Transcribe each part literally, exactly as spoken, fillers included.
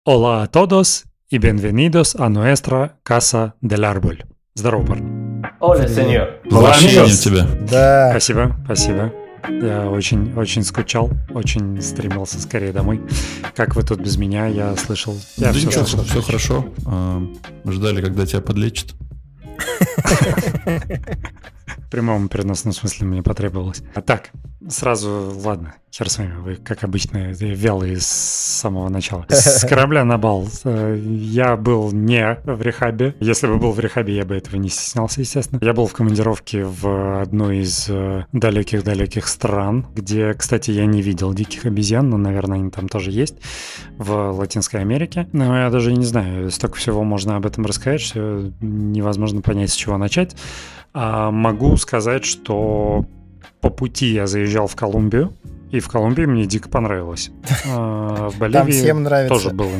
Hola a todos y bienvenidos a nuestra casa del árbol. Здорово, парни. Hola, señor. Возвращение тебя. Да. Спасибо, спасибо. Я очень, очень скучал, очень стремился скорее домой. Как вы тут без меня? Я слышал... Я Да все, ничего, слышал. все хорошо. А, ждали, когда тебя подлечат. В прямом переносном смысле мне потребовалось. А так, сразу, ладно, хер с вами, вы, как обычно, вялые с самого начала. С корабля на бал я был не в рехабе. Если бы был в рехабе, я бы этого не стеснялся, естественно. Я был в командировке в одной из далеких-далеких стран, где, кстати, я не видел диких обезьян, но, наверное, они там тоже есть, в Латинской Америке. Но я даже не знаю, столько всего можно об этом рассказать, что невозможно понять, с чего начать. А могу сказать, что по пути я заезжал в Колумбию, и в Колумбии мне дико понравилось. А в Боливии Там всем нравится. тоже было.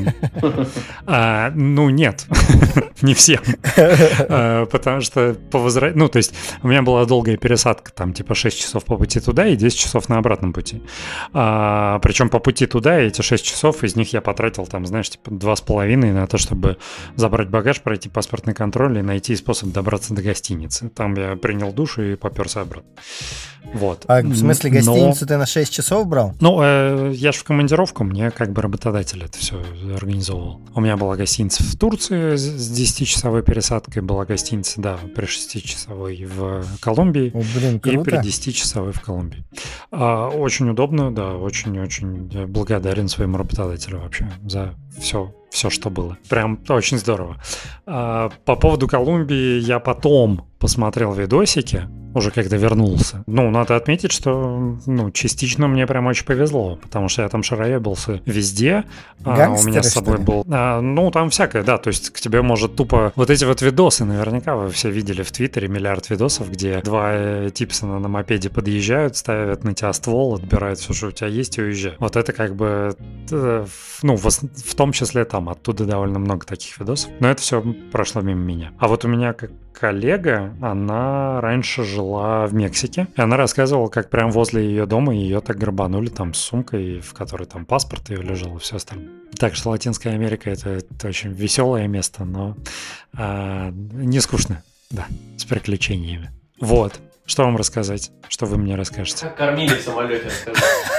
А, ну, нет, не всем. А, потому что по возврат... Ну, то есть у меня была долгая пересадка, там типа шесть часов по пути туда и десять часов на обратном пути. А, причем по пути туда эти шесть часов, из них я потратил там, знаешь, типа два с половиной на то, чтобы забрать багаж, пройти паспортный контроль и найти способ добраться до гостиницы. Там я принял душ и попёрся обратно. Вот. А в смысле гостиницу Но... ты на шесть часов брал? Ну, э, я же в командировку, мне как бы работодатель это все организовывал. У меня была гостиница в Турции с десятичасовой пересадкой, была гостиница, да, при шестичасовой в Колумбии. О, блин, круто. И при десятичасовой в Колумбии. А, очень удобно, да, очень-очень благодарен своему работодателю вообще за все. Все, что было. Прям очень здорово. А, по поводу Колумбии я потом посмотрел видосики, уже когда вернулся. Ну, надо отметить, что ну, частично мне прям очень повезло, потому что я там шароебился везде. А, у меня с собой был... А, ну, там всякое, да, то есть к тебе может тупо... Вот эти вот видосы, наверняка вы все видели в Твиттере, миллиард видосов, где два Типсона на мопеде подъезжают, ставят на тебя ствол, отбирают все, что у тебя есть, и уезжают. Вот это как бы... Ну, в, в том числе там оттуда довольно много таких видосов. Но это все прошло мимо меня. А вот у меня как коллега, она раньше жила в Мексике, и она рассказывала, как прям возле ее дома ее так грабанули там с сумкой, в которой там паспорт ее лежал и все остальное. Так что Латинская Америка — это, это очень веселое место, но а, не скучно, да, с приключениями. Вот. Что вам рассказать? Что вы мне расскажете? Как кормили в самолете, расскажи.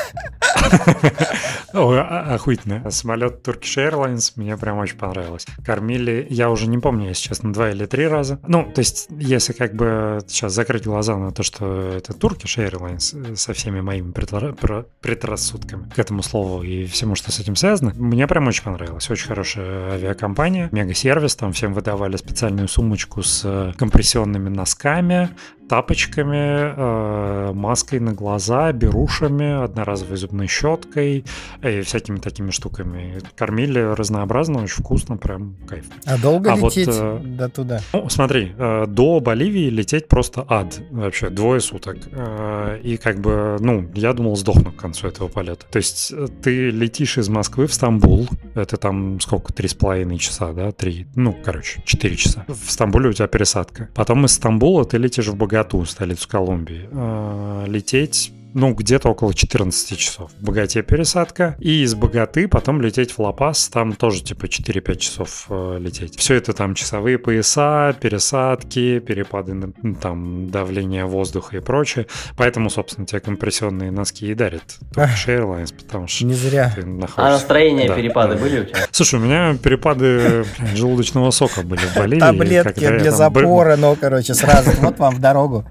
Ой, охуительно. Самолет Turkish Airlines мне прям очень понравилось. Кормили, я уже не помню, если честно, два или три раза. Ну, то есть, если как бы сейчас закрыть глаза на то, что это Turkish Airlines со всеми моими предрассудками к этому слову и всему, что с этим связано, мне прям очень понравилось. Очень хорошая авиакомпания, мега-сервис, там всем выдавали специальную сумочку с компрессионными носками, тапочками, э, маской на глаза, берушами, одноразовой зубной щеткой и всякими такими штуками. Кормили разнообразно, очень вкусно, прям кайф. А долго а лететь вот, э, до туда? Ну, смотри, э, до Боливии лететь просто ад. Вообще, двое суток. Э, и как бы, ну, я думал, сдохну к концу этого полета. То есть ты летишь из Москвы в Стамбул, это там сколько, три с половиной часа, да? Три, ну, короче, четыре часа. В Стамбуле у тебя пересадка. Потом из Стамбула ты летишь в Богату, столицу Колумбии. Э, лететь... Ну, где-то около четырнадцать часов. В Богате пересадка. И из Богаты потом лететь в Ла-Пас. Там тоже типа четыре-пять часов э, лететь. Все это там часовые пояса, пересадки, перепады ну, там давления воздуха и прочее. Поэтому, собственно, тебе компрессионные носки и дарят Turkish Airlines, потому что не зря. Ты находишься... А настроение, да, перепады были у тебя? Слушай, у меня перепады блин, желудочного сока были в Боливии. Таблетки для запора, ну, короче, сразу вот вам в дорогу.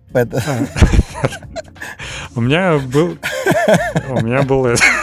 У меня был... У меня был...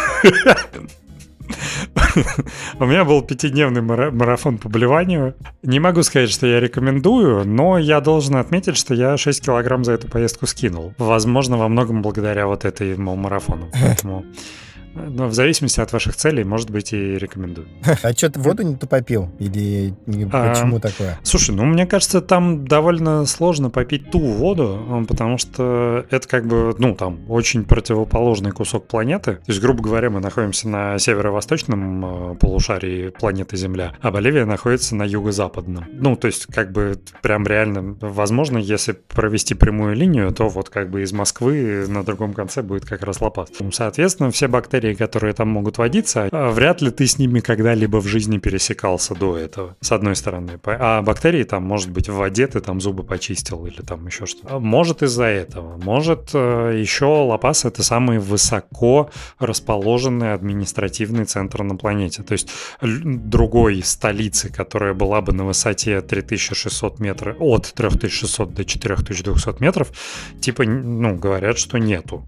У меня был пятидневный марафон по блеванию. Не могу сказать, что я рекомендую, но я должен отметить, что я шесть килограмм за эту поездку скинул. Возможно, во многом благодаря вот этому марафону. Поэтому... Но в зависимости от ваших целей, может быть, и рекомендую. А что, ты воду не попил? Или почему а, такое? Слушай, ну, мне кажется, там довольно сложно попить ту воду, потому что это как бы, ну, там, очень противоположный кусок планеты. То есть, грубо говоря, мы находимся на северо-восточном полушарии планеты Земля, а Боливия находится на юго-западном. Ну, то есть, как бы, прям реально, возможно, если провести прямую линию, то вот как бы из Москвы на другом конце будет как раз Ла-Пас. Соответственно, все бактерии, бактерии, которые там могут водиться, вряд ли ты с ними когда-либо в жизни пересекался до этого, с одной стороны. А бактерии там, может быть, в воде ты там зубы почистил или там еще что-то. Может из-за этого. Может еще Ла-Пас — это самый высоко расположенный административный центр на планете. То есть другой столицы, которая была бы на высоте три тысячи шестьсот метров, от три тысячи шестьсот до четыре тысячи двухсот метров, типа, ну, говорят, что нету.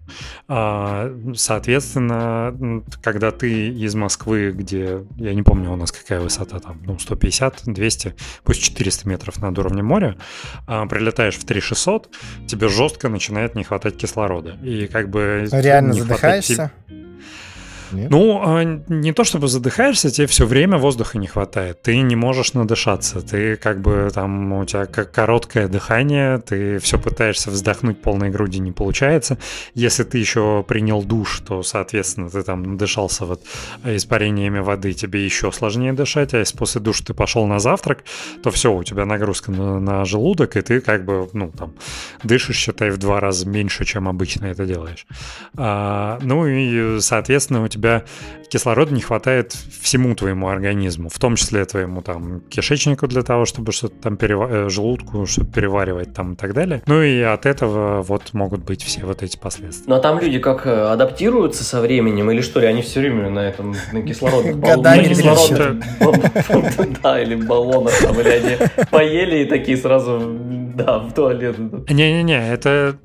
Соответственно, когда ты из Москвы, где, я не помню, у нас какая высота там, ну, сто пятьдесят, двести, пусть четыреста метров над уровнем моря, прилетаешь в три тысячи шестьсот, тебе жестко начинает не хватать кислорода. И как бы... Реально задыхаешься? Нет? Ну, не то чтобы задыхаешься, тебе все время воздуха не хватает. Ты не можешь надышаться. Ты как бы там, у тебя как короткое дыхание, ты все пытаешься вздохнуть полной груди, не получается. Если ты еще принял душ, то, соответственно, ты там надышался вот испарениями воды, тебе еще сложнее дышать. А если после душа ты пошел на завтрак, то все, у тебя нагрузка на, на желудок, и ты как бы, ну, там, дышишь, считай, в два раза меньше, чем обычно это делаешь. А, ну и, соответственно, у тебя тебя кислорода не хватает всему твоему организму, в том числе твоему там кишечнику для того, чтобы что-то там перева... желудку, чтобы переваривать там и так далее. Ну и от этого вот могут быть все вот эти последствия. Ну а там люди как адаптируются со временем или что ли? Они все время на этом, на кислородных баллонах. Да, или баллонах там, или они поели и такие сразу, да, в туалет. Не-не-не, это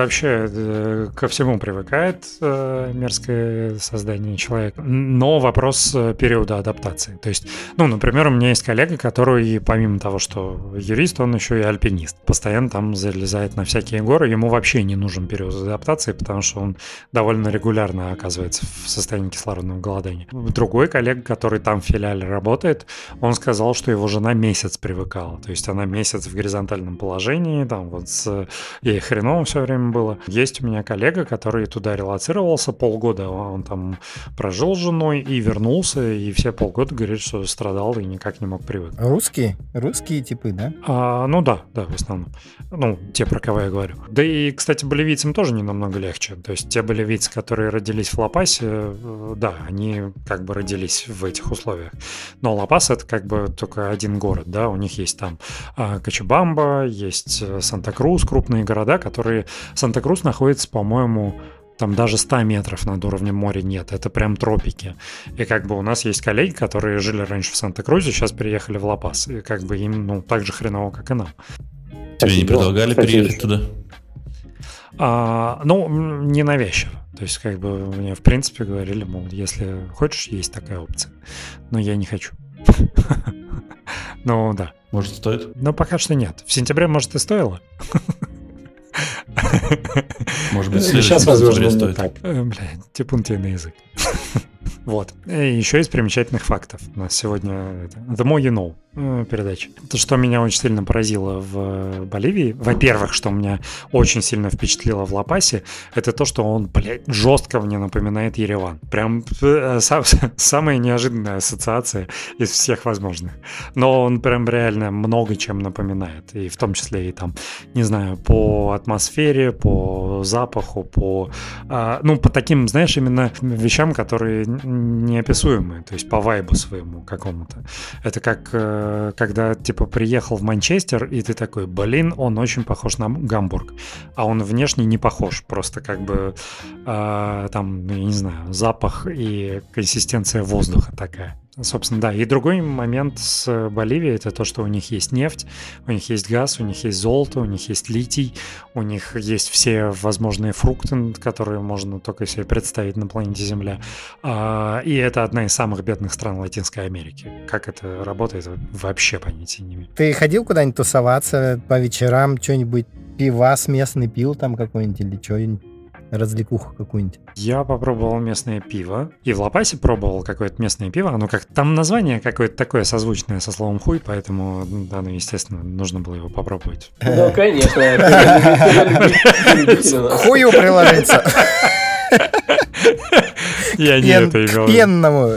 вообще ко всему привыкает мерзкое создание человека. Но вопрос периода адаптации. То есть, ну, например, у меня есть коллега, который, помимо того, что юрист, он еще и альпинист. Постоянно там залезает на всякие горы. Ему вообще не нужен период адаптации, потому что он довольно регулярно оказывается в состоянии кислородного голодания. Другой коллега, который там в филиале работает, он сказал, что его жена месяц привыкала. То есть она месяц в горизонтальном положении, там вот с... ей хреново все время было. Есть у меня коллега, который туда релоцировался полгода, он там прожил с женой и вернулся, и все полгода говорит, что страдал и никак не мог привыкнуть. Русские? Русские типы, да? А, ну да, да, в основном. Ну, те, про кого я говорю. Да и, кстати, боливийцам тоже не намного легче. То есть те боливийцы, которые родились в Ла-Пасе, да, они как бы родились в этих условиях. Но Ла-Пас — это как бы только один город, да, у них есть там Кочабамба, есть Санта-Крус, крупные города, которые... Санта-Крус находится, по-моему, там даже ста метров над уровнем моря нет, это прям тропики. И как бы у нас есть коллеги, которые жили раньше в Санта-Крузе, сейчас переехали в Ла-Пас, и как бы им, ну, так же хреново, как и нам. Тебе не предлагали переехать туда? А, ну, ненавязчиво. То есть, как бы мне, в принципе, говорили, мол, если хочешь, есть такая опция. Но я не хочу. Ну, да. Может, стоит? Но пока что нет. В сентябре, может, и стоило. Может быть, сейчас, возможно, стоит. Так. Бля, типун тебе на язык. Вот. И еще из примечательных фактов. У нас сегодня это, The More You Know передача. То, что меня очень сильно поразило в Боливии, во-первых, что меня очень сильно впечатлило в Ла-Пасе, это то, что он, блядь, жестко мне напоминает Ереван. Прям сам, самая неожиданная ассоциация из всех возможных. Но он прям реально много чем напоминает. И в том числе и там, не знаю, по атмосфере, по запаху, по, ну, по таким, знаешь, именно вещам, которые неописуемые, то есть по вайбу своему какому-то. Это как когда, типа, приехал в Манчестер, и ты такой, блин, он очень похож на Гамбург. А он внешне не похож, просто как бы э, там, я не знаю, запах и консистенция воздуха такая. Собственно, да. И другой момент с Боливией — это то, что у них есть нефть, у них есть газ, у них есть золото, у них есть литий, у них есть все возможные фрукты, которые можно только себе представить на планете Земля. И это одна из самых бедных стран Латинской Америки. Как это работает, вообще понятия не имею. Ты ходил куда-нибудь тусоваться по вечерам, что-нибудь, пивас местный пил там какой-нибудь или что-нибудь? Развлекуху какую-нибудь. Я попробовал местное пиво. И в Ла-Пасе пробовал какое-то местное пиво. Оно как там название какое-то такое созвучное со словом хуй, поэтому, да, ну, естественно, нужно было его попробовать. Ну, конечно. Хую приложиться. Я не это имел. К пенному.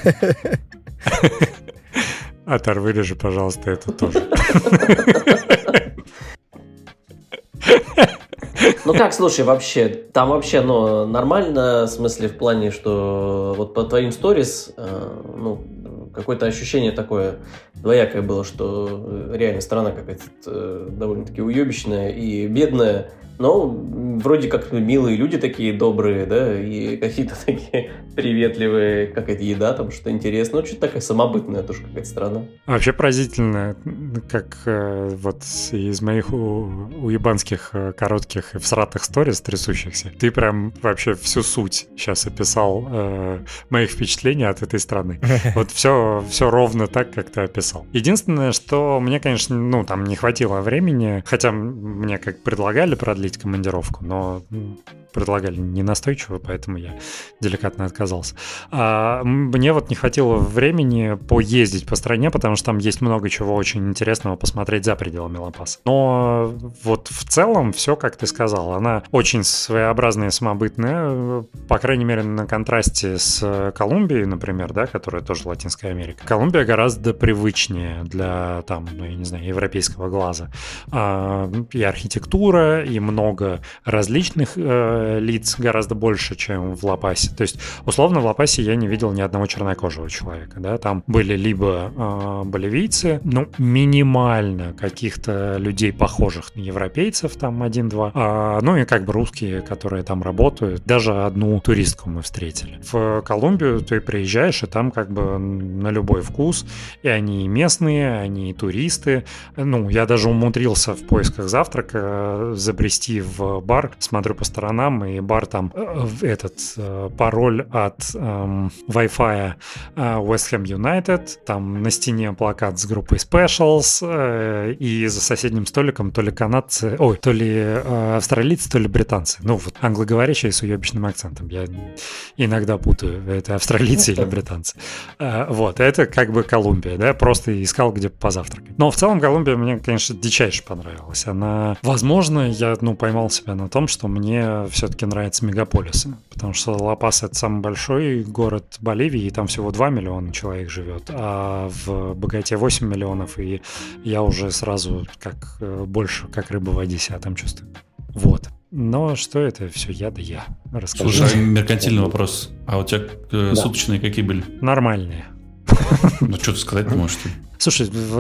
Атар, вырежи, пожалуйста, это тоже. Ну как, слушай, вообще, там вообще, ну, нормально, в смысле, в плане, что вот по твоим сторис, ну, какое-то ощущение такое двоякое было, что реально страна какая-то довольно-таки уебищная и бедная, но вроде как милые люди такие добрые, да, и какие-то такие приветливые, какая-то еда, там что-то интересное. Ну, что-то такая самобытная тоже какая-то страна. Вообще поразительно, как э, вот из моих у, уебанских э, коротких и всратых сторис трясущихся, ты прям вообще всю суть сейчас описал э, моих впечатлений от этой страны. Вот все, все ровно так, как ты описал. Единственное, что мне, конечно, ну, там не хватило времени, хотя мне как предлагали продлить командировку, но предлагали не настойчиво, поэтому я деликатно отказался. А мне вот не хватило времени поездить по стране, потому что там есть много чего очень интересного посмотреть за пределами Ла-Паса. Но вот в целом все, как ты сказал, она очень своеобразная и самобытная, по крайней мере, на контрасте с Колумбией, например, да, которая тоже Латинская Америка. Колумбия гораздо привычнее для, там, ну, я не знаю, европейского глаза. А, и архитектура, и много различных э, лиц, гораздо больше, чем в Ла-Пасе. То есть, условно, в Ла-Пасе я не видел ни одного чернокожего человека. Да? Там были либо э, боливийцы, ну, минимально каких-то людей, похожих на европейцев, там один-два, а, ну и как бы русские, которые там работают. Даже одну туристку мы встретили. В Колумбию ты приезжаешь, и там как бы на любой вкус, и они и местные, они и туристы. Ну, я даже умудрился в поисках завтрака забрести в бар, смотрю по сторонам, и бар там э, этот э, пароль от э, Wi-Fi э, West Ham United, там на стене плакат с группой Specials, э, и за соседним столиком то ли канадцы, ой, то ли э, австралийцы, то ли британцы. Ну вот, англоговорящие с уебищным акцентом. Я иногда путаю, это австралийцы или британцы. Э, вот, это как бы Колумбия, да, просто искал, где позавтракать. Но в целом Колумбия мне, конечно, дичайше понравилась. Она, возможно, я ну, поймал себя на том, что мне все-таки нравятся мегаполисы, потому что Ла-Пас — это самый большой город Боливии, и там всего два миллиона человек живет, а в Боготе восемь миллионов, и я уже сразу как больше, как рыба в воде себя там чувствую. Вот. Но что это все я да я. Расскажи. Слушай, меркантильный вопрос. А у тебя э, да. суточные какие были? Нормальные. Ну, что ты сказать не можешь? Слушай, в,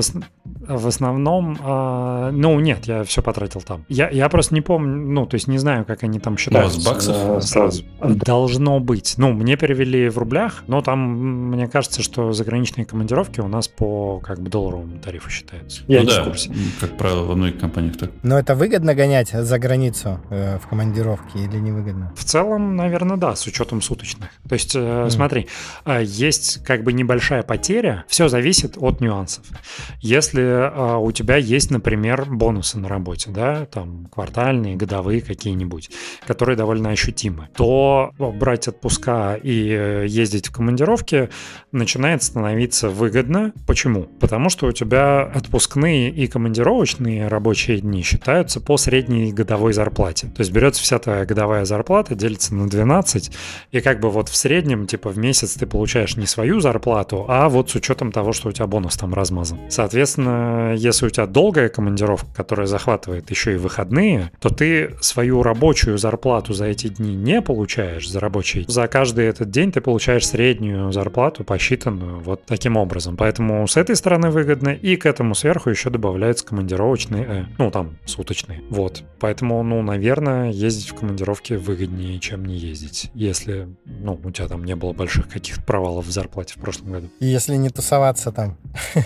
в основном, э, ну нет, я все потратил там. Я, я просто не помню, ну, то есть не знаю, как они там считают. Ну, с баксов? Сразу. Должно быть. Ну, мне перевели в рублях, но там, мне кажется, что заграничные командировки у нас по как бы долларовому тарифу считаются. Я ну, не да, в курсе. Как правило, во многих компаниях так. Но это выгодно гонять за границу э, в командировке или невыгодно? В целом, наверное, да, с учетом суточных. То есть, э, mm. смотри, э, есть как бы небольшая потеря, все зависит от нюансов. Если э, у тебя есть, например, бонусы на работе, да, там квартальные, годовые какие-нибудь, которые довольно ощутимы, то брать отпуска и ездить в командировки начинает становиться выгодно. Почему? Потому что у тебя отпускные и командировочные рабочие дни считаются по средней годовой зарплате. То есть берется вся твоя годовая зарплата, делится на двенадцать, и как бы вот в среднем, типа в месяц ты получаешь не свою зарплату, а вот с учетом того, что у тебя бонус там размазан. Соответственно, если у тебя долгая командировка, которая захватывает еще и выходные, то ты свою рабочую зарплату за эти дни не получаешь, за рабочий. За каждый этот день ты получаешь среднюю зарплату, посчитанную вот таким образом. Поэтому с этой стороны выгодно, и к этому сверху еще добавляются командировочные, э, ну там, суточные. Вот. Поэтому, ну, наверное, ездить в командировки выгоднее, чем не ездить, если, ну, у тебя там не было больших каких-то провалов в зарплате в прошлом году. И если не тусоваться там.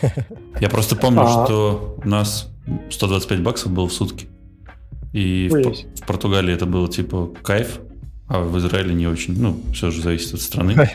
Я просто помню, а... что у нас сто двадцать пять баксов было в сутки. И в, в Португалии это было типа кайф, а в Израиле не очень. Ну, все же зависит от страны.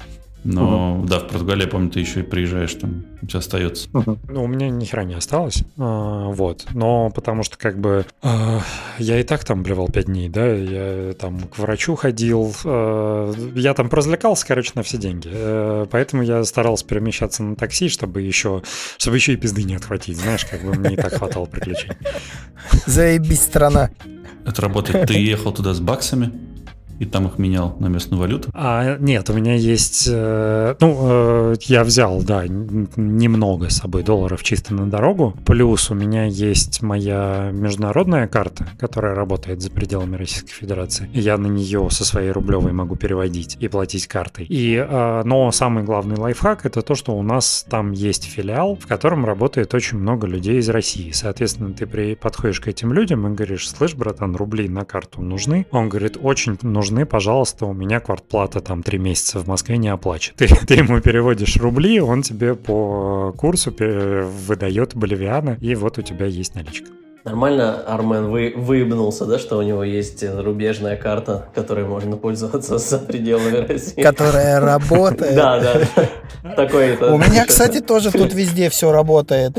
Но угу. да, в Португалии, я помню, ты еще и приезжаешь, там у тебя остается. Угу. Ну, у меня ни хера не осталось. А, вот. Но потому что, как бы, а, я и так там блевал пять дней, да, я там к врачу ходил, а, я там поразвлекался, короче, на все деньги. А, поэтому я старался перемещаться на такси, чтобы еще, чтобы еще и пизды не отхватить. Знаешь, как бы мне и так хватало приключений. Заебись, страна. Это работает. Ты ехал туда с баксами? и там их менял на местную валюту? А, нет, у меня есть... Э, ну, э, я взял, да, немного с собой долларов чисто на дорогу. Плюс у меня есть моя международная карта, которая работает за пределами Российской Федерации. Я на нее со своей рублевой могу переводить и платить картой. И, э, но самый главный лайфхак — это то, что у нас там есть филиал, в котором работает очень много людей из России. Соответственно, ты при, подходишь к этим людям и говоришь: слышь, братан, рубли на карту нужны? Он говорит: очень нужны, пожалуйста, у меня квартплата там три месяца в Москве не оплачена. Ты, ты ему переводишь рубли, он тебе по курсу выдает боливиано, и вот у тебя есть наличка. Нормально Армен вы, выебнулся, да, что у него есть зарубежная карта, которой можно пользоваться за пределами России. Которая работает. Да, да. Такой. У меня, кстати, тоже тут везде все работает.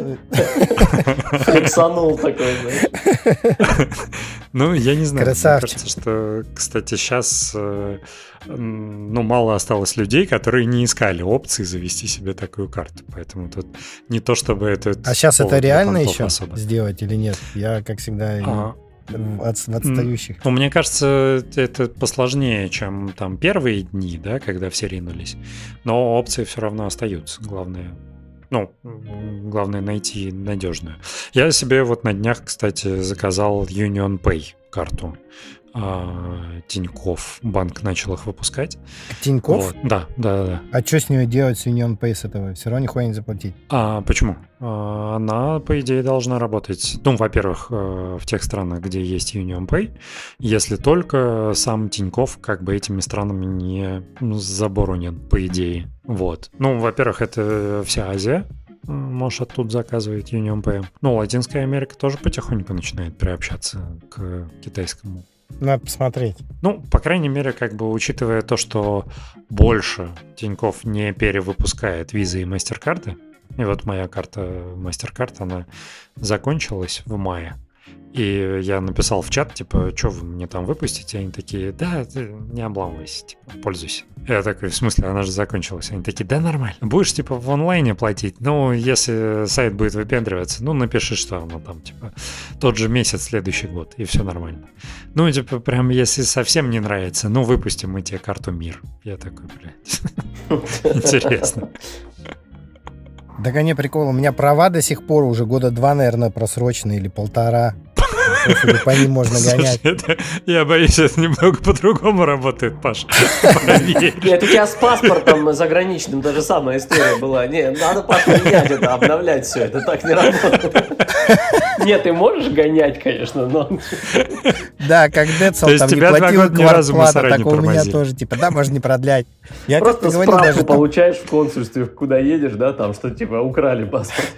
Флексанул такой, да. Ну, я не знаю. Красавчик. Мне кажется, что, кстати, сейчас ну, мало осталось людей, которые не искали опции завести себе такую карту. Поэтому тут не то, чтобы это... А сейчас это реально еще особо сделать или нет? Я, как всегда, а, от, в отстающих. Ну, мне кажется, это посложнее, чем там первые дни, да, когда все ринулись. Но опции все равно остаются. Главное... Ну, главное найти надежную. Я себе вот на днях, кстати, заказал UnionPay карту. Тинькофф банк начал их выпускать. Тинькофф? Вот. Да, да, да. А что с нее делать, с UnionPay с этого? Все равно нихуя не заплатить. А почему? А, она, по идее, должна работать, ну, во-первых, в тех странах, где есть UnionPay, если только сам Тинькофф как бы этими странами не заборонен, по идее. Вот. Ну, во-первых, это вся Азия. Можешь оттуда заказывать UnionPay. Ну, Латинская Америка тоже потихоньку начинает приобщаться к китайскому. Надо посмотреть. Ну, по крайней мере, как бы учитывая то, что больше Тинькофф не перевыпускает визы и мастеркарды, и вот моя карта MasterCard, она закончилась в мае. И я написал в чат, типа, что вы мне там выпустите? Они такие: да, ты не обламывайся, типа, пользуйся. Я такой: в смысле, она же закончилась. Они такие: да, нормально. Будешь, типа, в онлайне платить? Ну, если сайт будет выпендриваться, ну, напиши, что оно там, типа, тот же месяц, следующий год, и все нормально. Ну, типа, прям, если совсем не нравится, ну, выпустим мы тебе карту МИР. Я такой: блядь, интересно. Да, конечно, прикол. У меня права до сих пор уже года два, наверное, просроченные или полтора. По ним можно гонять. Слушай, это, я боюсь, это немного по-другому работает, Паш. Нет, у тебя с паспортом заграничным та же самая история была. Не, надо, Паш, менять это, обновлять все. Это так не работает. Нет, ты можешь гонять, конечно, но... Да, как Децл там не платил квартплата, так у меня тоже, типа, да, можно не продлять. Я просто справку получаешь в консульстве, куда едешь, да, там, что, типа, украли паспорт.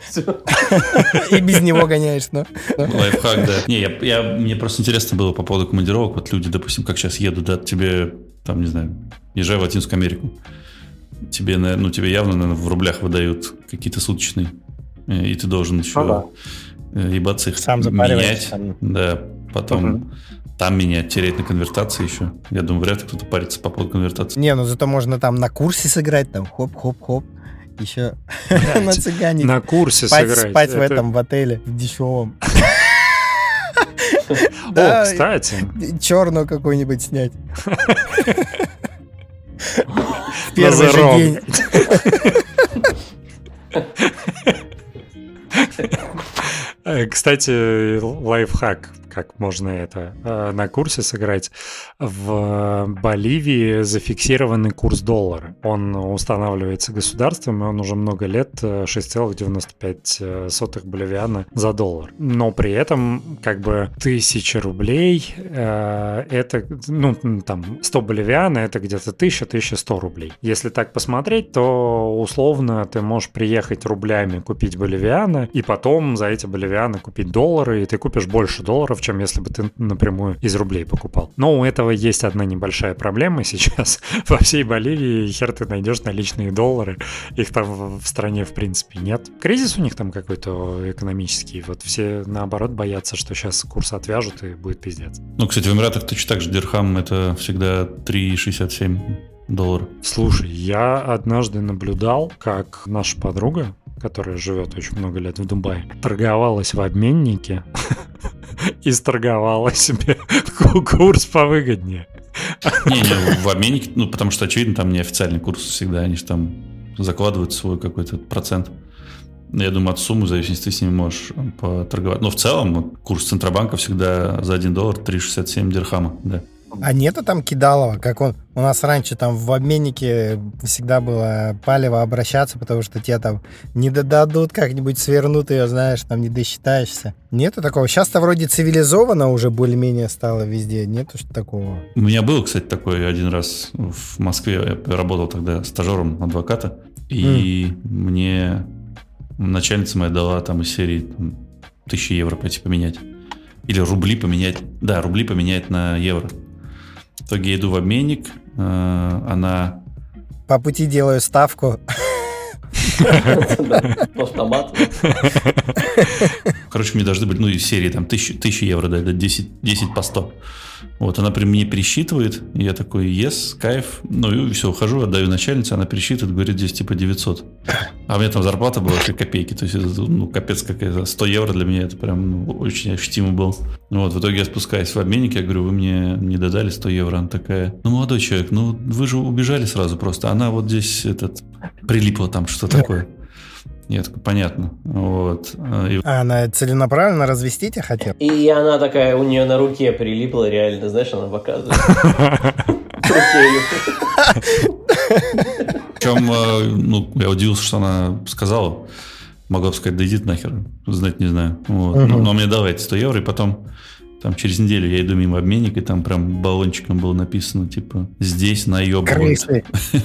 И без него гоняешь, ну. Лайфхак, да. Не, я, я, мне просто интересно было по поводу командировок. Вот люди, допустим, как сейчас едут, да, тебе, там, не знаю, езжай в Латинскую Америку. Тебе, ну, тебе явно, наверное, в рублях выдают какие-то суточные. И ты должен еще ага. ебаться их сам менять. Сам. Да, потом угу. там менять, тереть на конвертации еще. Я думаю, вряд ли кто-то парится по поводу конвертации. Не, ну зато можно там на курсе сыграть, там хоп-хоп-хоп. Еще на цыгане. На курсе спать, сыграть. Спать это... в этом, в отеле, в дешевом. О, кстати. Черную какую-нибудь снять. Первый же день. Кстати, лайфхак, как можно это на курсе сыграть. В Боливии зафиксированный курс доллара. Он устанавливается государством, и он уже много лет шесть целых девяносто пять сотых боливиано за доллар. Но при этом как бы тысяча рублей это, ну, там, сто боливиано это где-то тысяча - тысяча сто рублей. Если так посмотреть, то условно ты можешь приехать рублями купить боливиано, и потом за эти боливиано купить доллары, и ты купишь больше долларов, чем если бы ты напрямую из рублей покупал. Но у этого есть одна небольшая проблема сейчас. Во всей Боливии хер ты найдешь наличные доллары. Их там в стране в принципе нет. Кризис у них там какой-то экономический. Вот все наоборот боятся, что сейчас курс отвяжут и будет пиздец. Ну, кстати, в Эмиратах точно так же дирхам это всегда три шестьдесят семь долларов. Слушай, я однажды наблюдал, как наша подруга, которая живет очень много лет в Дубае, торговалась в обменнике и сторговала себе курс повыгоднее. Не-не, в обменнике, ну, потому что, очевидно, там неофициальный курс всегда, они же там закладывают свой какой-то процент. Я думаю, от суммы, в зависимости, ты с ними можешь поторговать. Но в целом курс Центробанка всегда за один доллар три шестьдесят семь дирхама, да. А нету там кидалова, как он у нас раньше там в обменнике всегда было палево обращаться, потому что тебе там не додадут, как-нибудь свернут ее, знаешь, там не досчитаешься. Нету такого. Сейчас-то вроде цивилизованно уже более-менее стало везде. Нету что такого. У меня был, кстати, такой один раз в Москве. Я работал тогда стажером адвоката, и mm. мне начальница моя дала там из серии там, тысячи евро пойти поменять. Или рубли поменять. Да, рубли поменять на евро. В итоге я иду в обменник, э, она... По пути делаю ставку. Автомат. Короче, мне должны быть, ну, из серии там тысяча евро, да, десять по сто. Вот, она при мне пересчитывает, и я такой, yes, кайф. Ну, и все, ухожу, отдаю начальнице, она пересчитывает, говорит, здесь типа девятьсот. А у меня там зарплата была вообще копейки, то есть, это, ну, капец какая-то, сто евро для меня это прям ну, очень ощутимо было. Вот, в итоге я спускаюсь в обменник, я говорю, вы мне не додали сто евро. Она такая, ну, молодой человек, ну, вы же убежали сразу просто, она вот здесь этот, прилипла там, что такое. Я такой, понятно. Вот. И... А она целенаправленно развести тебя хотела? И она такая, у нее на руке прилипла, реально, знаешь, она показывает. Причем, ну, я удивился, что она сказала. Могла бы сказать, да иди нахер, знать не знаю. Вот. Угу. Но, но мне давайте сто евро, и потом там через неделю я иду мимо обменника, и там прям баллончиком было написано, типа, здесь наебывают. Крысы.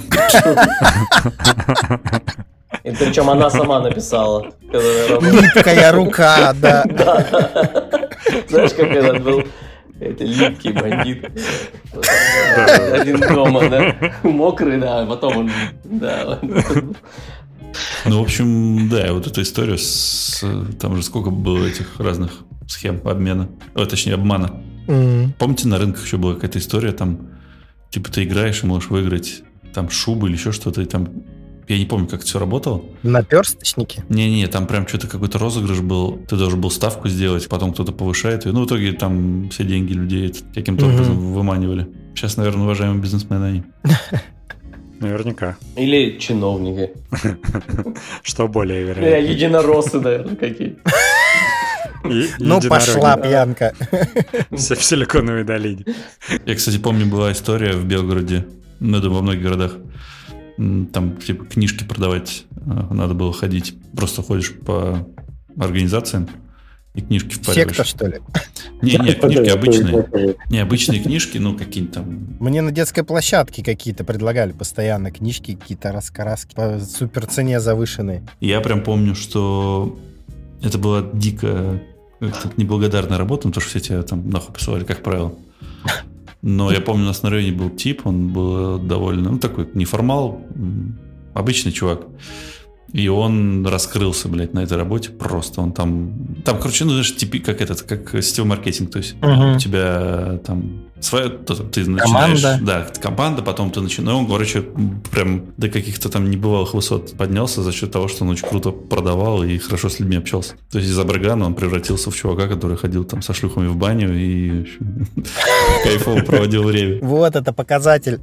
И причем она сама написала. Липкая рука, да. Да, да. Знаешь, как этот был? Это липкий бандит. Один дома, да. Мокрый, да, а потом он... Да. Ну, в общем, да, вот эта история с... Там же сколько было этих разных схем обмена. О, точнее, обмана. Mm-hmm. Помните, на рынках еще была какая-то история, там, типа, ты играешь и можешь выиграть там шубу или еще что-то, и там... Я не помню, как это все работало. Наперсточники? Не-не, там прям что-то какой-то розыгрыш был. Ты должен был ставку сделать, потом кто-то повышает ее. Ну, в итоге там все деньги людей каким-то угу. образом выманивали. Сейчас, наверное, уважаемые бизнесмены они. Наверняка. Или чиновники. Что более вероятно. Единороссы, наверное, какие. Ну, пошла пьянка. Все в Силиконовой долине. Я, кстати, помню, была история в Белгороде, ну, это во многих городах. Там, типа, книжки продавать надо было ходить. Просто ходишь по организациям и книжки впариваешь. Секта, что ли? Не-не, книжки обычные. Необычные книжки, ну, какие-то там... Мне на детской площадке какие-то предлагали постоянно книжки, какие-то раскараски по суперцене завышенные. Я прям помню, что это была дико неблагодарная работа, потому что все тебя там нахуй посылали, как правило. Но я помню, у нас на районе был тип, он был довольно, ну, такой неформал, обычный чувак. И он раскрылся, блядь, на этой работе просто. Он там, там, короче, ну, знаешь, типи, как этот, как сетевой маркетинг. То есть угу. у тебя там своя, ты начинаешь... Команда. Да, команда, потом ты начинаешь... Он, короче, прям до каких-то там небывалых высот поднялся за счет того, что он очень круто продавал и хорошо с людьми общался. То есть из Абрагана он превратился в чувака, который ходил там со шлюхами в баню и кайфово проводил время. Вот это показатель.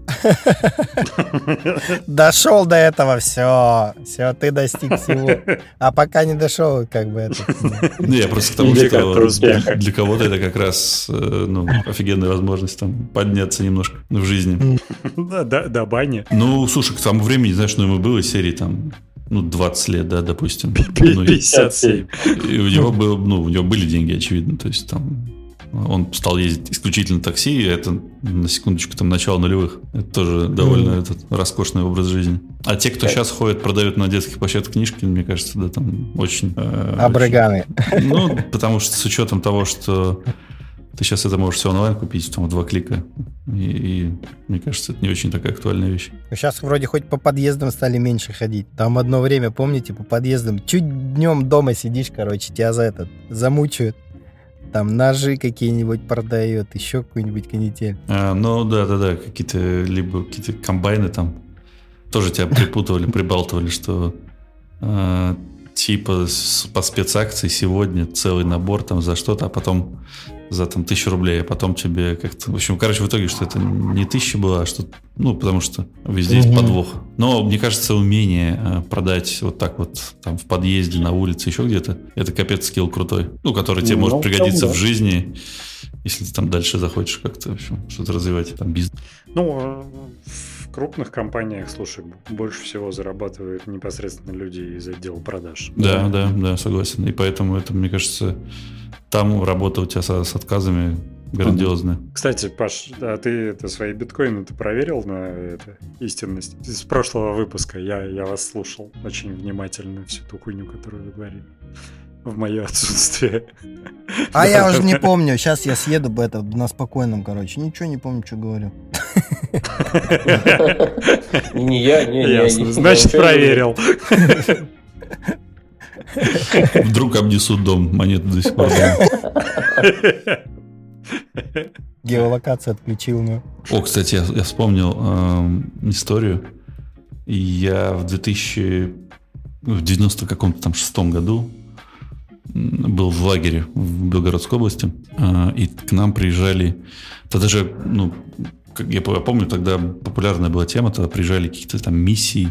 Дошел до этого, все. Все, ты достиг всего. А пока не дошел, как бы это... Ну, я просто к тому, что для кого-то это как раз ну, офигенная возможность там подняться немножко в жизни. Да, да, до бани. Ну, слушай, к тому времени, знаешь, ну, ему было серии там, ну, двадцать лет, да, допустим. пятьдесят семь. И у него было, ну, у него были деньги, очевидно, то есть там... Он стал ездить исключительно такси, и это, на секундочку, там, начало нулевых. Это тоже довольно mm. этот, роскошный образ жизни. А те, кто сейчас ходит, продают на детских площадках книжки, мне кажется, да, там очень... Э, Абраганы. Очень, ну, потому что с учетом того, что ты сейчас это можешь все онлайн купить, там, в два клика. И, и мне кажется, это не очень такая актуальная вещь. Сейчас вроде хоть по подъездам стали меньше ходить. Там одно время, помните, по подъездам, чуть днем дома сидишь, короче, тебя за этот замучают. Там ножи какие-нибудь продает, еще какую-нибудь канитель. А, ну да-да-да, какие-то либо какие-то комбайны там тоже тебя припутывали, прибалтывали, что э, типа с, по спецакции сегодня целый набор там за что-то, а потом за там тысячу рублей, а потом тебе как-то... В общем, короче, в итоге, что это не тысяча была, а что... Ну, потому что везде есть подвох. Но, мне кажется, умение продать вот так вот там в подъезде, на улице, еще где-то, это капец скилл крутой. Ну, который тебе ну, может пригодиться да. в жизни, если ты там дальше захочешь как-то, в общем, что-то развивать, там бизнес. Ну, в крупных компаниях, слушай, больше всего зарабатывают непосредственно люди из отдела продаж. Да, да, да, да, согласен. И поэтому это, мне кажется, там работа у тебя с, с отказами грандиозная. Кстати, Паш, а ты это, свои биткоины ты проверил на это, истинность? С прошлого выпуска я, я вас слушал очень внимательно, всю ту хуйню, которую вы говорили. В мое отсутствие. А я уже не помню. Сейчас я съеду бы это на спокойном, короче. Ничего не помню, что говорю. Не я, не я. Значит, проверил. Вдруг обнесут дом, монеты до сих пор. Геолокация отключил, ну. О, кстати, я, я вспомнил э, историю. Я в две тысячи в девяносто каком-то там шестом году был в лагере в Белгородской области, э, и к нам приезжали. Тогда же, ну, я помню, тогда популярная была тема, тогда приезжали какие-то там миссии,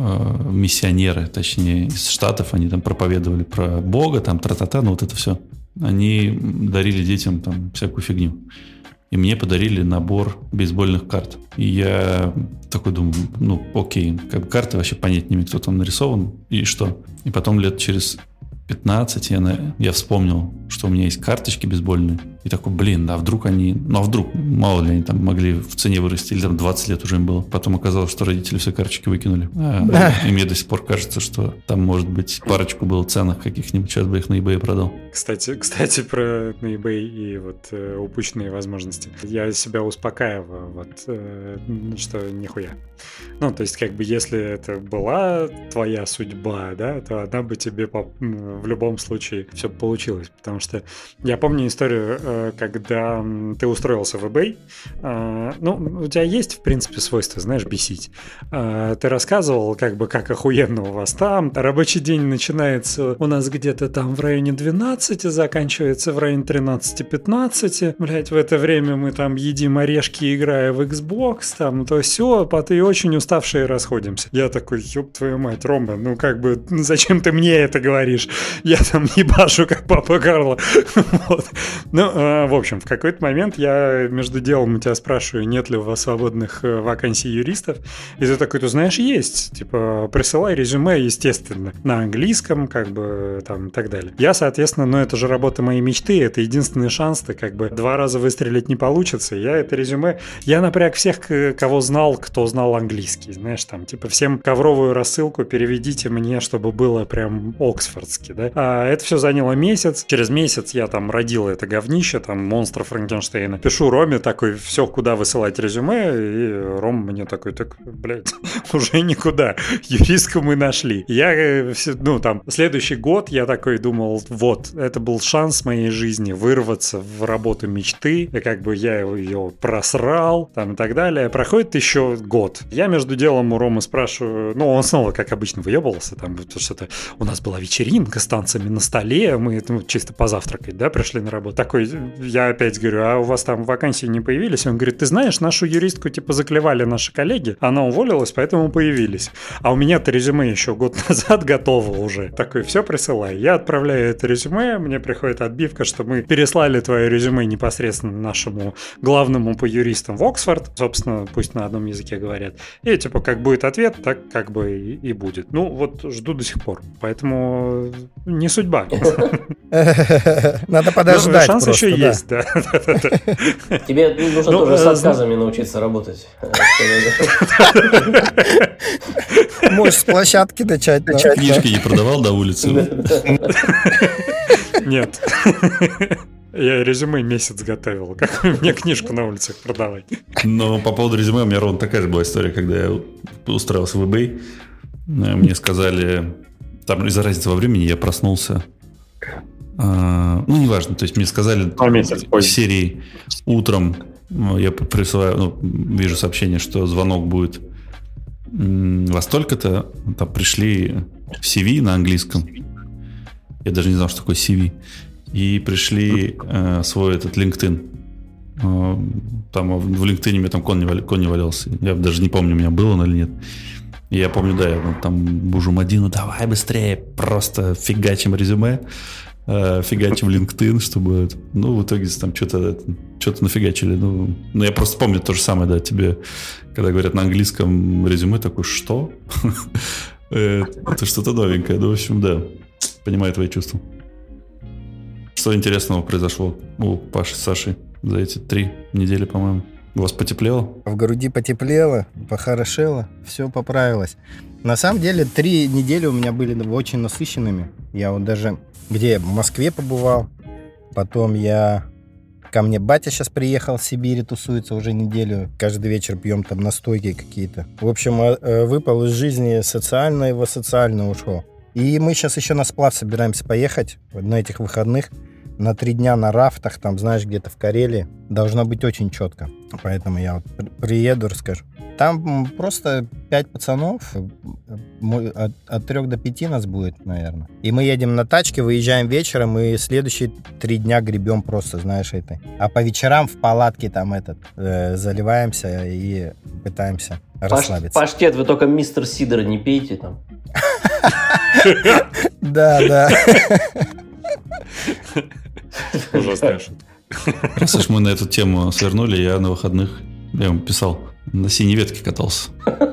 э, миссионеры, точнее, из Штатов, они там проповедовали про Бога, там тра-та-та, ну вот это все. Они дарили детям там всякую фигню. И мне подарили набор бейсбольных карт. И я такой думаю, ну окей, как бы карты вообще понять не имею, кто там нарисован и что. И потом лет через пятнадцать я, на, я вспомнил, что у меня есть карточки бейсбольные. И такой, блин, а вдруг они... Ну, а вдруг, мало ли, они там могли в цене вырасти, или там двадцать лет уже им было. Потом оказалось, что родители все карточки выкинули. А, и мне до сих пор кажется, что там, может быть, парочку было ценных каких-нибудь. Сейчас бы их на eBay продал. Кстати, кстати про на eBay и вот э, упущенные возможности. Я себя успокаиваю, вот, э, что нихуя. Ну, то есть, как бы, если это была твоя судьба, да, то она бы тебе по, в любом случае все получилось. Потому что я помню историю, когда ты устроился в eBay, ну, у тебя есть, в принципе, свойство, знаешь, бесить. Ты рассказывал, как бы, как охуенно у вас там. Рабочий день начинается у нас где-то там в районе двенадцати, заканчивается в районе тринадцати-пятнадцати. Блять, в это время мы там едим орешки, играя в Xbox, там, то все, и очень уставшие расходимся. Я такой, ёб твою мать, Рома, ну, как бы, зачем ты мне это говоришь? Я там ебашу, как папа Карло. Вот. Ну, в общем, в какой-то момент я между делом у тебя спрашиваю, нет ли у вас свободных вакансий юристов, и ты такой, ты знаешь, есть, типа, присылай резюме, естественно, на английском, как бы, там, и так далее. Я, соответственно, ну, это же работа моей мечты, это единственный шанс, ты, как бы, два раза выстрелить не получится, я это резюме, я напряг всех, кого знал, кто знал английский, знаешь, там, типа, всем ковровую рассылку переведите мне, чтобы было прям оксфордски, да, а это все заняло месяц, через месяц я там родил это говнище, там, монстра Франкенштейна. Пишу Роме такой, все, куда высылать резюме, и Ром мне такой, так, блядь, уже никуда, юристку мы нашли. Я, ну, там, следующий год я такой думал, вот, это был шанс моей жизни вырваться в работу мечты, и как бы я ее просрал, там, и так далее. Проходит еще год. Я между делом у Ромы спрашиваю, ну, он снова, как обычно, выебывался, там, что-то, у нас была вечеринка с танцами на столе, мы, ну, чисто позавтракать, да, пришли на работу. Такой, я опять говорю, а у вас там вакансии не появились? Он говорит, ты знаешь, нашу юристку, типа, заклевали наши коллеги, она уволилась, поэтому появились. А у меня-то резюме еще год назад готово уже. Такой, все, присылай. Я отправляю это резюме, мне приходит отбивка, что мы переслали твое резюме непосредственно нашему главному по юристам в Оксфорд, собственно, пусть на одном языке говорят. И, типа, как будет ответ, так как бы и, и будет. Ну, вот жду до сих пор. Поэтому не судьба. Надо подождать. Шанс еще есть, да. Тебе нужно тоже с отказами научиться работать. Можешь с площадки начать. Книжки не продавал до улицы? Нет. Я резюме месяц готовил. Как мне книжку на улицах продавать? Но по поводу резюме у меня ровно такая же была история, когда я устроился в eBay. Мне сказали, там из-за разницы во времени я проснулся. А, ну, неважно, то есть мне сказали в серии утром, я присылаю, ну, вижу сообщение, что звонок будет во столько-то, там пришли си ви на английском. Я даже не знал, что такое си ви. и пришли э, свой этот LinkedIn. Э, там в LinkedIn у меня там кон не, валя, кон не валялся. Я даже не помню, у меня был он или нет. И я помню, да, я там бужу Мадину, давай быстрее, просто фигачим резюме, э, фигачим LinkedIn, чтобы... Ну, в итоге там что-то, что-то нафигачили. Ну, ну, я просто помню то же самое, да, тебе, когда говорят на английском резюме, такой, что? Это что-то новенькое. Ну, в общем, да, понимаю твои чувства. Что интересного произошло у Паши с Сашей за эти три недели, по-моему? У вас потеплело? В груди потеплело, похорошело, все поправилось. На самом деле, три недели у меня были очень насыщенными. Я вот даже где в Москве побывал, потом я... Ко мне батя сейчас приехал в Сибири, тусуется уже неделю. Каждый вечер пьем там настойки какие-то. В общем, выпал из жизни социально и в асоциально ушел. И мы сейчас еще на сплав собираемся поехать на этих выходных. На три дня на рафтах, там, знаешь, где-то в Карелии. Должно быть очень четко. Поэтому я вот приеду, расскажу. Там просто пять пацанов. От, от трех до пяти нас будет, наверное. И мы едем на тачке, выезжаем вечером, и следующие три дня гребем просто, знаешь, это. А по вечерам в палатке там этот э, заливаемся и пытаемся Паш, расслабиться. Паштет, вы только мистер Сидор не пейте там. Да, да. Ужасная шутка. Раз уж мы на эту тему свернули, я на выходных, я ему писал, на синей ветке катался.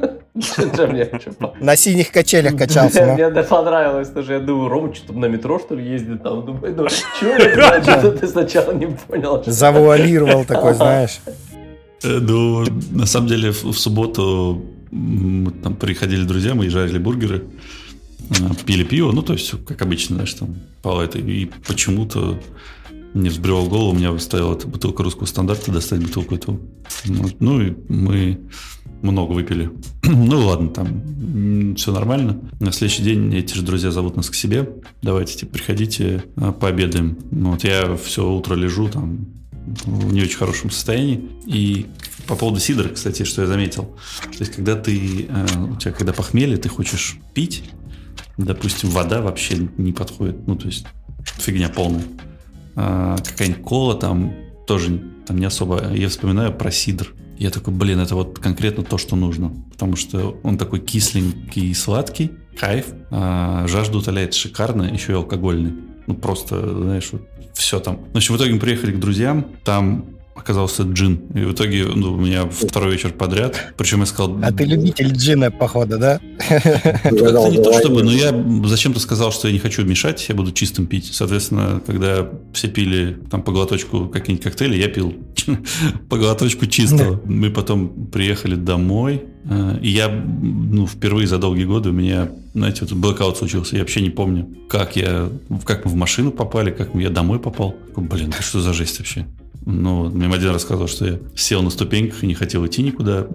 На синих качелях качался. Мне понравилось, что я думаю, Рома что-то на метро, что ли, ездит там. Думаю, ну, что это значит? Ты сначала не понял. Завуалировал такой, знаешь. Ну, на самом деле, в субботу там приходили друзья, мы жарили бургеры, пили пиво, ну, то есть, как обычно, знаешь, там, по этой, и почему-то мне взбрела голову, у меня стояла эта бутылка русского стандарта, достать бутылку этого. Ну, и мы много выпили. Ну, ладно, там все нормально. На следующий день эти же друзья зовут нас к себе. Давайте, типа, приходите, пообедаем. Ну, вот я все утро лежу там в не очень хорошем состоянии. И по поводу сидра, кстати, что я заметил. То есть, когда ты, у тебя, когда похмелье, ты хочешь пить, допустим, вода вообще не подходит. Ну, то есть, фигня полная. А, какая-нибудь кола там тоже там не особо. Я вспоминаю про сидр. Я такой, блин, это вот конкретно то, что нужно. Потому что он такой кисленький и сладкий. Кайф. А, жажду утоляет шикарно. Еще и алкогольный. Ну, просто, знаешь, вот все там. В общем, в итоге мы приехали к друзьям. Там оказался джин. И в итоге ну, у меня второй вечер подряд. Причем я сказал... А ты любитель джина, походу, да? Как-то не то чтобы, но я зачем-то сказал, что я не хочу мешать, я буду чистым пить. Соответственно, когда все пили там по глоточку какие-нибудь коктейли, я пил по глоточку чистого. Мы потом приехали домой, и я ну, впервые за долгие годы у меня, знаете, вот блэкаут случился. Я вообще не помню, как я, как мы в машину попали, как я домой попал. Блин, это что за жесть вообще? Ну, мне один рассказывал, что я сел на ступеньках и не хотел идти никуда.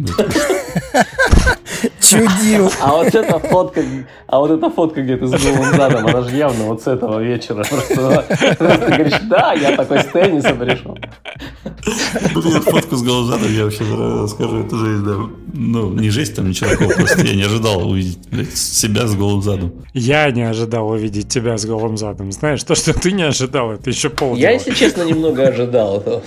Чудил. А вот эта фотка, а вот эта фотка, где ты с голым задом, она же явно вот с этого вечера. Просто ты говоришь, да, я такой с теннисом пришел. Блин, фотку с голым задом, я вообще скажу, это жесть, да. Ну, не жесть там, ничего такого, просто я не ожидал увидеть блядь, себя с голым задом. Я не ожидал увидеть тебя с голым задом. Знаешь, то, что ты не ожидал, это еще полдела. Я, если честно, немного ожидал этого.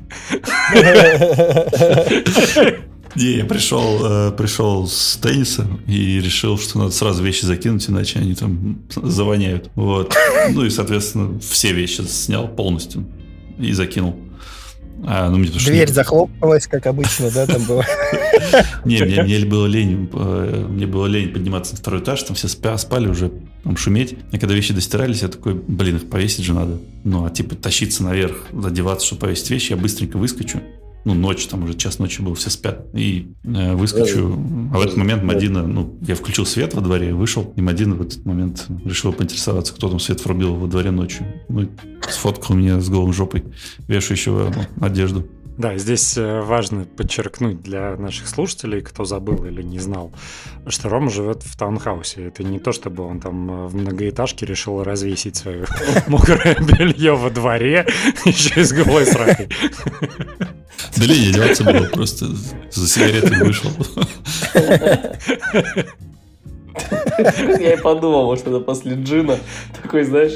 Не, я пришел, э, пришел с тенниса и решил, что надо сразу вещи закинуть, иначе они там завоняют. Вот. Ну и, соответственно, все вещи снял полностью и закинул. А, ну, мне, Дверь не... захлопнулась, как обычно, да, там было? Не, мне, мне было лень, мне было лень подниматься на второй этаж, там все спя, спали уже, там шуметь. И когда вещи достирались, я такой, блин, их повесить же надо. Ну, а типа тащиться наверх, одеваться, чтобы повесить вещи, я быстренько выскочу. Ну, ночь, там уже час ночи был, все спят. И э, выскочу. А в этот момент Мадина, ну, я включил свет во дворе, вышел, и Мадина в этот момент решила поинтересоваться, кто там свет врубил во дворе ночью. Ну, сфоткал меня с голой жопой, вешающего ну, одежду. Да, здесь важно подчеркнуть для наших слушателей, кто забыл или не знал, что Рома живет в таунхаусе. Это не то, чтобы он там в многоэтажке решил развесить свое мокрое белье во дворе еще и с голой сракой. Да лень одеваться было, просто за сигаретой вышел. Я и подумал, может, это после джина. Такой, знаешь,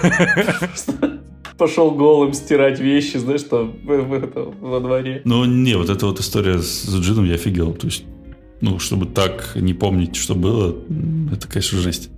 пошел голым стирать вещи, знаешь, там во дворе. Ну, не, вот эта вот история с джином, я офигел. То есть, ну, чтобы так не помнить, что было, это, конечно, жесть.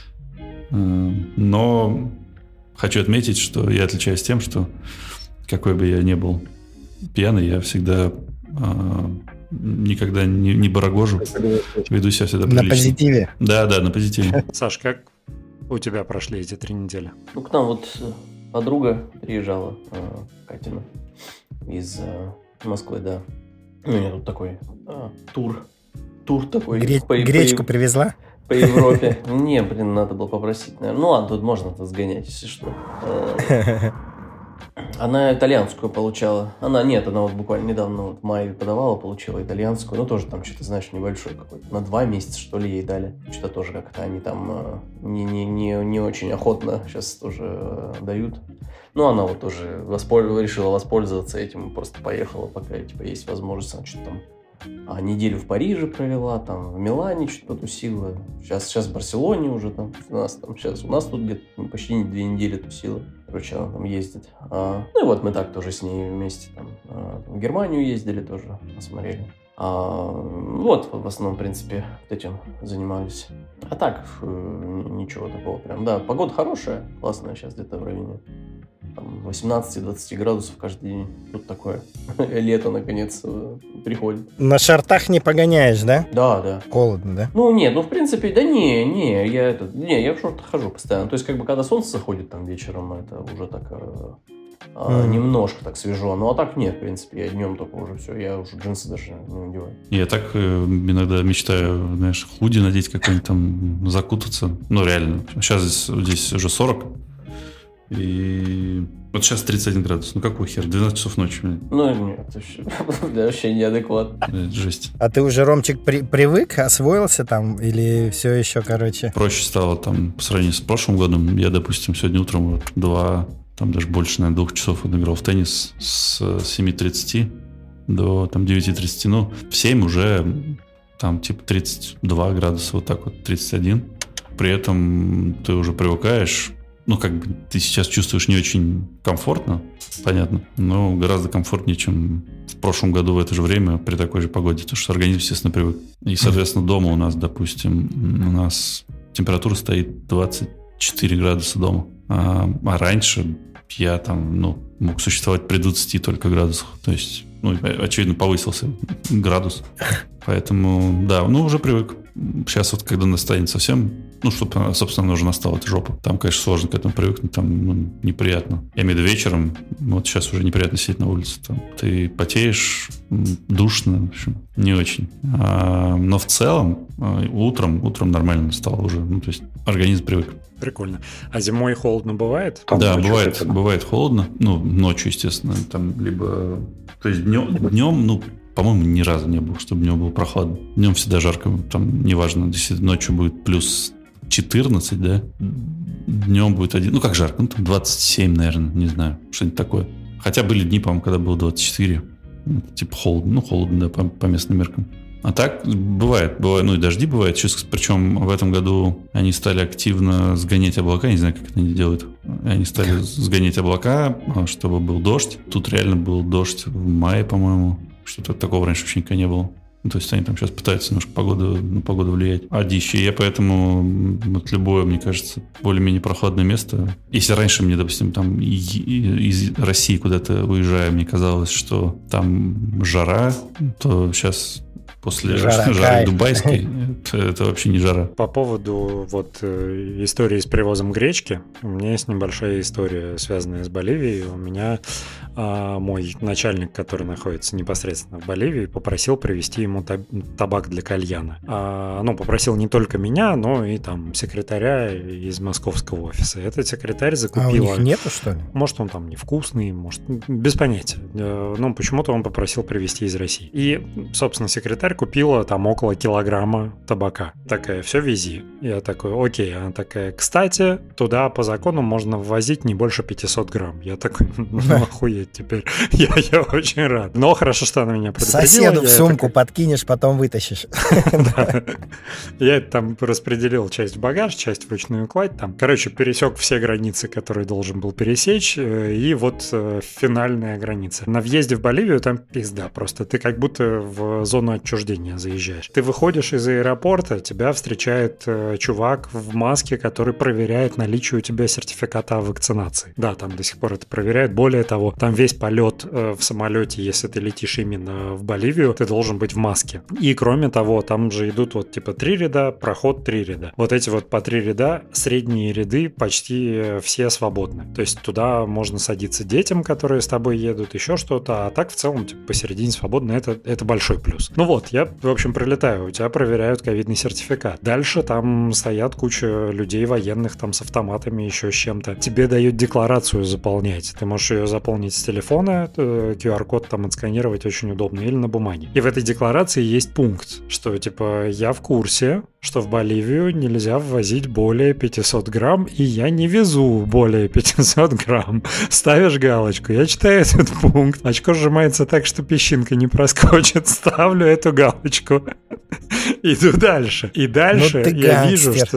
Но хочу отметить, что я отличаюсь тем, что какой бы я ни был пьяный, я всегда а, никогда не, не барагожу, веду себя всегда прилично. На позитиве. Да, да, на позитиве. Саш, как у тебя прошли эти три недели? Ну, к нам вот подруга приезжала, Катина, из Москвы, да. У меня тут такой а, тур, тур такой. Гре- по, гречку по, привезла? По Европе. Не, блин, надо было попросить, наверное. Ну ладно, тут можно-то сгонять, если что. Она итальянскую получала. Она, нет, она вот буквально недавно вот в мае подавала, получила итальянскую. Ну, тоже там что-то, знаешь, небольшой какой-то. На два месяца, что ли, ей дали. Что-то тоже как-то они там не, не, не, не очень охотно сейчас тоже дают. Ну, она вот тоже воспольз... решила воспользоваться этим, просто поехала, пока, типа, есть возможность. Она что-то там а неделю в Париже провела, там в Милане что-то потусила. Сейчас, сейчас в Барселоне уже там. У нас там сейчас у нас тут где-то почти две недели тусила. Короче, она там ездит. А, ну и вот мы так тоже с ней вместе там а, в Германию ездили тоже, посмотрели. А, вот, в основном, в принципе, вот этим занимались. А так, ничего такого прям. Да, погода хорошая, классная сейчас где-то в районе восемнадцать-двадцать градусов каждый день. Тут такое лето, наконец, приходит. На шортах не погоняешь, да? Да, да. Холодно, да? Ну, нет, ну, в принципе, да не, не, я это, не, я в шортах хожу постоянно. То есть, как бы, когда солнце заходит там вечером, это уже так а, а, mm. немножко так свежо. Ну, а так нет, в принципе, я днем только уже все, я уже джинсы даже не надеваю. Я так э, иногда мечтаю, знаешь, худи надеть какой-нибудь там, закутаться. Ну, реально. Сейчас здесь, здесь уже сорок. И вот сейчас тридцать один градус. Ну какой хер? двенадцать часов ночи. Ну нет, это вообще неадекватно. Это жесть. А ты уже, Ромчик, при- привык, освоился там? Или все еще, короче? Проще стало там по сравнению с прошлым годом. Я, допустим, сегодня утром вот два, там даже больше, наверное, двух часов играл в теннис с семи тридцати до там девяти тридцати. Ну, в семь уже там типа тридцать два градуса, вот так вот, тридцать один. При этом ты уже привыкаешь. Ну, как бы ты сейчас чувствуешь не очень комфортно, понятно, но гораздо комфортнее, чем в прошлом году в это же время при такой же погоде, потому что организм, естественно, привык. И, соответственно, дома у нас, допустим, у нас температура стоит двадцать четыре градуса дома, а, а раньше я там, ну, мог существовать при двадцати только градусах, то есть, ну, очевидно, повысился градус, поэтому, да, ну, уже привык. Сейчас вот, когда настанет совсем, ну, чтобы, собственно, уже настала эта жопа. Там, конечно, сложно к этому привыкнуть, там, ну, неприятно. Я имею в виду вечером, вот сейчас уже неприятно сидеть на улице. Там, ты потеешь, душно, в общем, не очень. А, но в целом, утром, утром нормально стало уже, ну, то есть организм привык. Прикольно. А зимой холодно бывает? Там да, бывает, это... бывает холодно, ну, ночью, естественно, там, либо, то есть днем, днем, ну, по-моему, ни разу не было, чтобы днем было прохладно. Днем всегда жарко, там неважно, если ночью будет плюс четырнадцать, да, днем будет один, ну как жарко, ну там двадцать семь, наверное, не знаю, что-нибудь такое. Хотя были дни, по-моему, когда было двадцать четыре, типа холодно, ну холодно, да, по, по местным меркам. А так бывает, бывает, ну и дожди бывают, причем в этом году они стали активно сгонять облака, не знаю, как это они делают. Они стали сгонять облака, чтобы был дождь. Тут реально был дождь в мае, по-моему. Что-то такого раньше вообще никогда не было. Ну, то есть они там сейчас пытаются немножко погоду, на погоду влиять. А дичь. И я поэтому вот любое, мне кажется, более-менее прохладное место. Если раньше мне, допустим, там из России куда-то уезжая, мне казалось, что там жара, то сейчас... После жара, жары дубайской это, это вообще не жара. По поводу вот истории с привозом гречки, у меня есть небольшая история, связанная с Боливией. У меня а, мой начальник, который находится непосредственно в Боливии, попросил привезти ему таб- табак для кальяна. А, ну, попросил не только меня, но и там секретаря из московского офиса. Этот секретарь закупил... А у них нету, что ли? Может, он там невкусный, может... Без понятия. Но почему-то он попросил привезти из России. И, собственно, секретарь купила там около килограмма табака. Такая, все вези. Я такой, окей. Она такая, кстати, туда по закону можно ввозить не больше пятьсот грамм. Я такой, ну охуеть. ездить теперь. Я, я очень рад. Но хорошо, что она меня предупредила. Соседу в сумку это... подкинешь, потом вытащишь. Я там распределил часть в багаж, часть в ручную кладь. Там, короче, пересек все границы, которые должен был пересечь. И вот финальная граница. На въезде в Боливию там пизда. Просто ты как будто в зону отчуждения заезжаешь. Ты выходишь из аэропорта, тебя встречает чувак в маске, который проверяет наличие у тебя сертификата о вакцинации. Да, там до сих пор это проверяют. Более того, там весь полет в самолете, если ты летишь именно в Боливию, ты должен быть в маске. И кроме того, там же идут вот типа три ряда, проход три ряда. Вот эти вот по три ряда, средние ряды почти все свободны. То есть туда можно садиться детям, которые с тобой едут, еще что-то, а так в целом типа посередине свободно. Это, это большой плюс. Ну вот, я, в общем, прилетаю, у тебя проверяют ковидный сертификат. Дальше там стоят куча людей военных там с автоматами, еще с чем-то. Тебе дают декларацию заполнять. Ты можешь ее заполнить с телефона, ку ар-код там отсканировать очень удобно, или на бумаге. И в этой декларации есть пункт, что типа я в курсе, что в Боливию нельзя ввозить более пятьсот грамм, и я не везу более пятьсот грамм. Ставишь галочку. Я читаю этот пункт. Очко сжимается так, что песчинка не проскочит. Ставлю эту галочку. Иду дальше. И дальше ну, я вижу, что,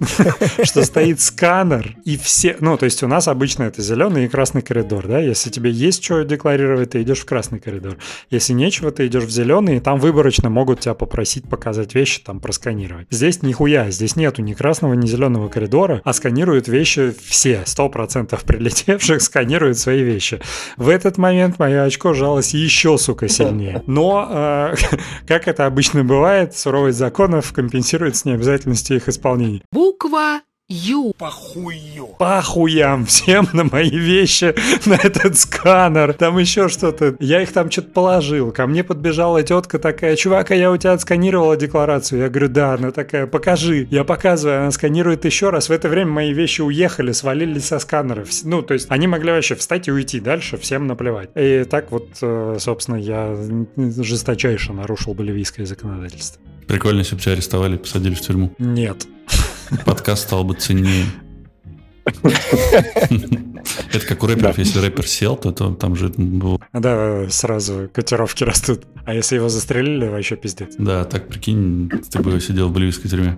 что стоит сканер, и все... Ну, то есть у нас обычно это зеленый и красный коридор, да? Если тебе есть что декларировать, ты идешь в красный коридор. Если нечего, ты идешь в зеленый, и там выборочно могут тебя попросить показать вещи, там, просканировать. Здесь нихуя, здесь нету ни красного, ни зеленого коридора, а сканируют вещи все, сто процентов прилетевших сканируют свои вещи. В этот момент мое очко сжалось еще, сука, сильнее. Но, э, как это обычно бывает, суровость законов компенсирует с необязательностью их исполнения. Буква Ю. Похую. Похуям всем на мои вещи, на этот сканер, там еще что-то. Я их там что-то положил. Ко мне подбежала тетка такая: чувак, а я у тебя отсканировала декларацию. Я говорю, да. Она такая: покажи. Я показываю, она сканирует еще раз. В это время мои вещи уехали, свалились со сканера. Ну, то есть они могли вообще встать и уйти дальше, всем наплевать. И так вот, собственно, я жесточайше нарушил боливийское законодательство. Прикольно, если бы тебя арестовали и посадили в тюрьму. Нет. Подкаст стал бы ценнее. Это как у рэперов. Если рэпер сел, то там же было... Да, сразу котировки растут. А если его застрелили, вообще пиздец. Да, так прикинь, ты бы сидел в боливийской тюрьме.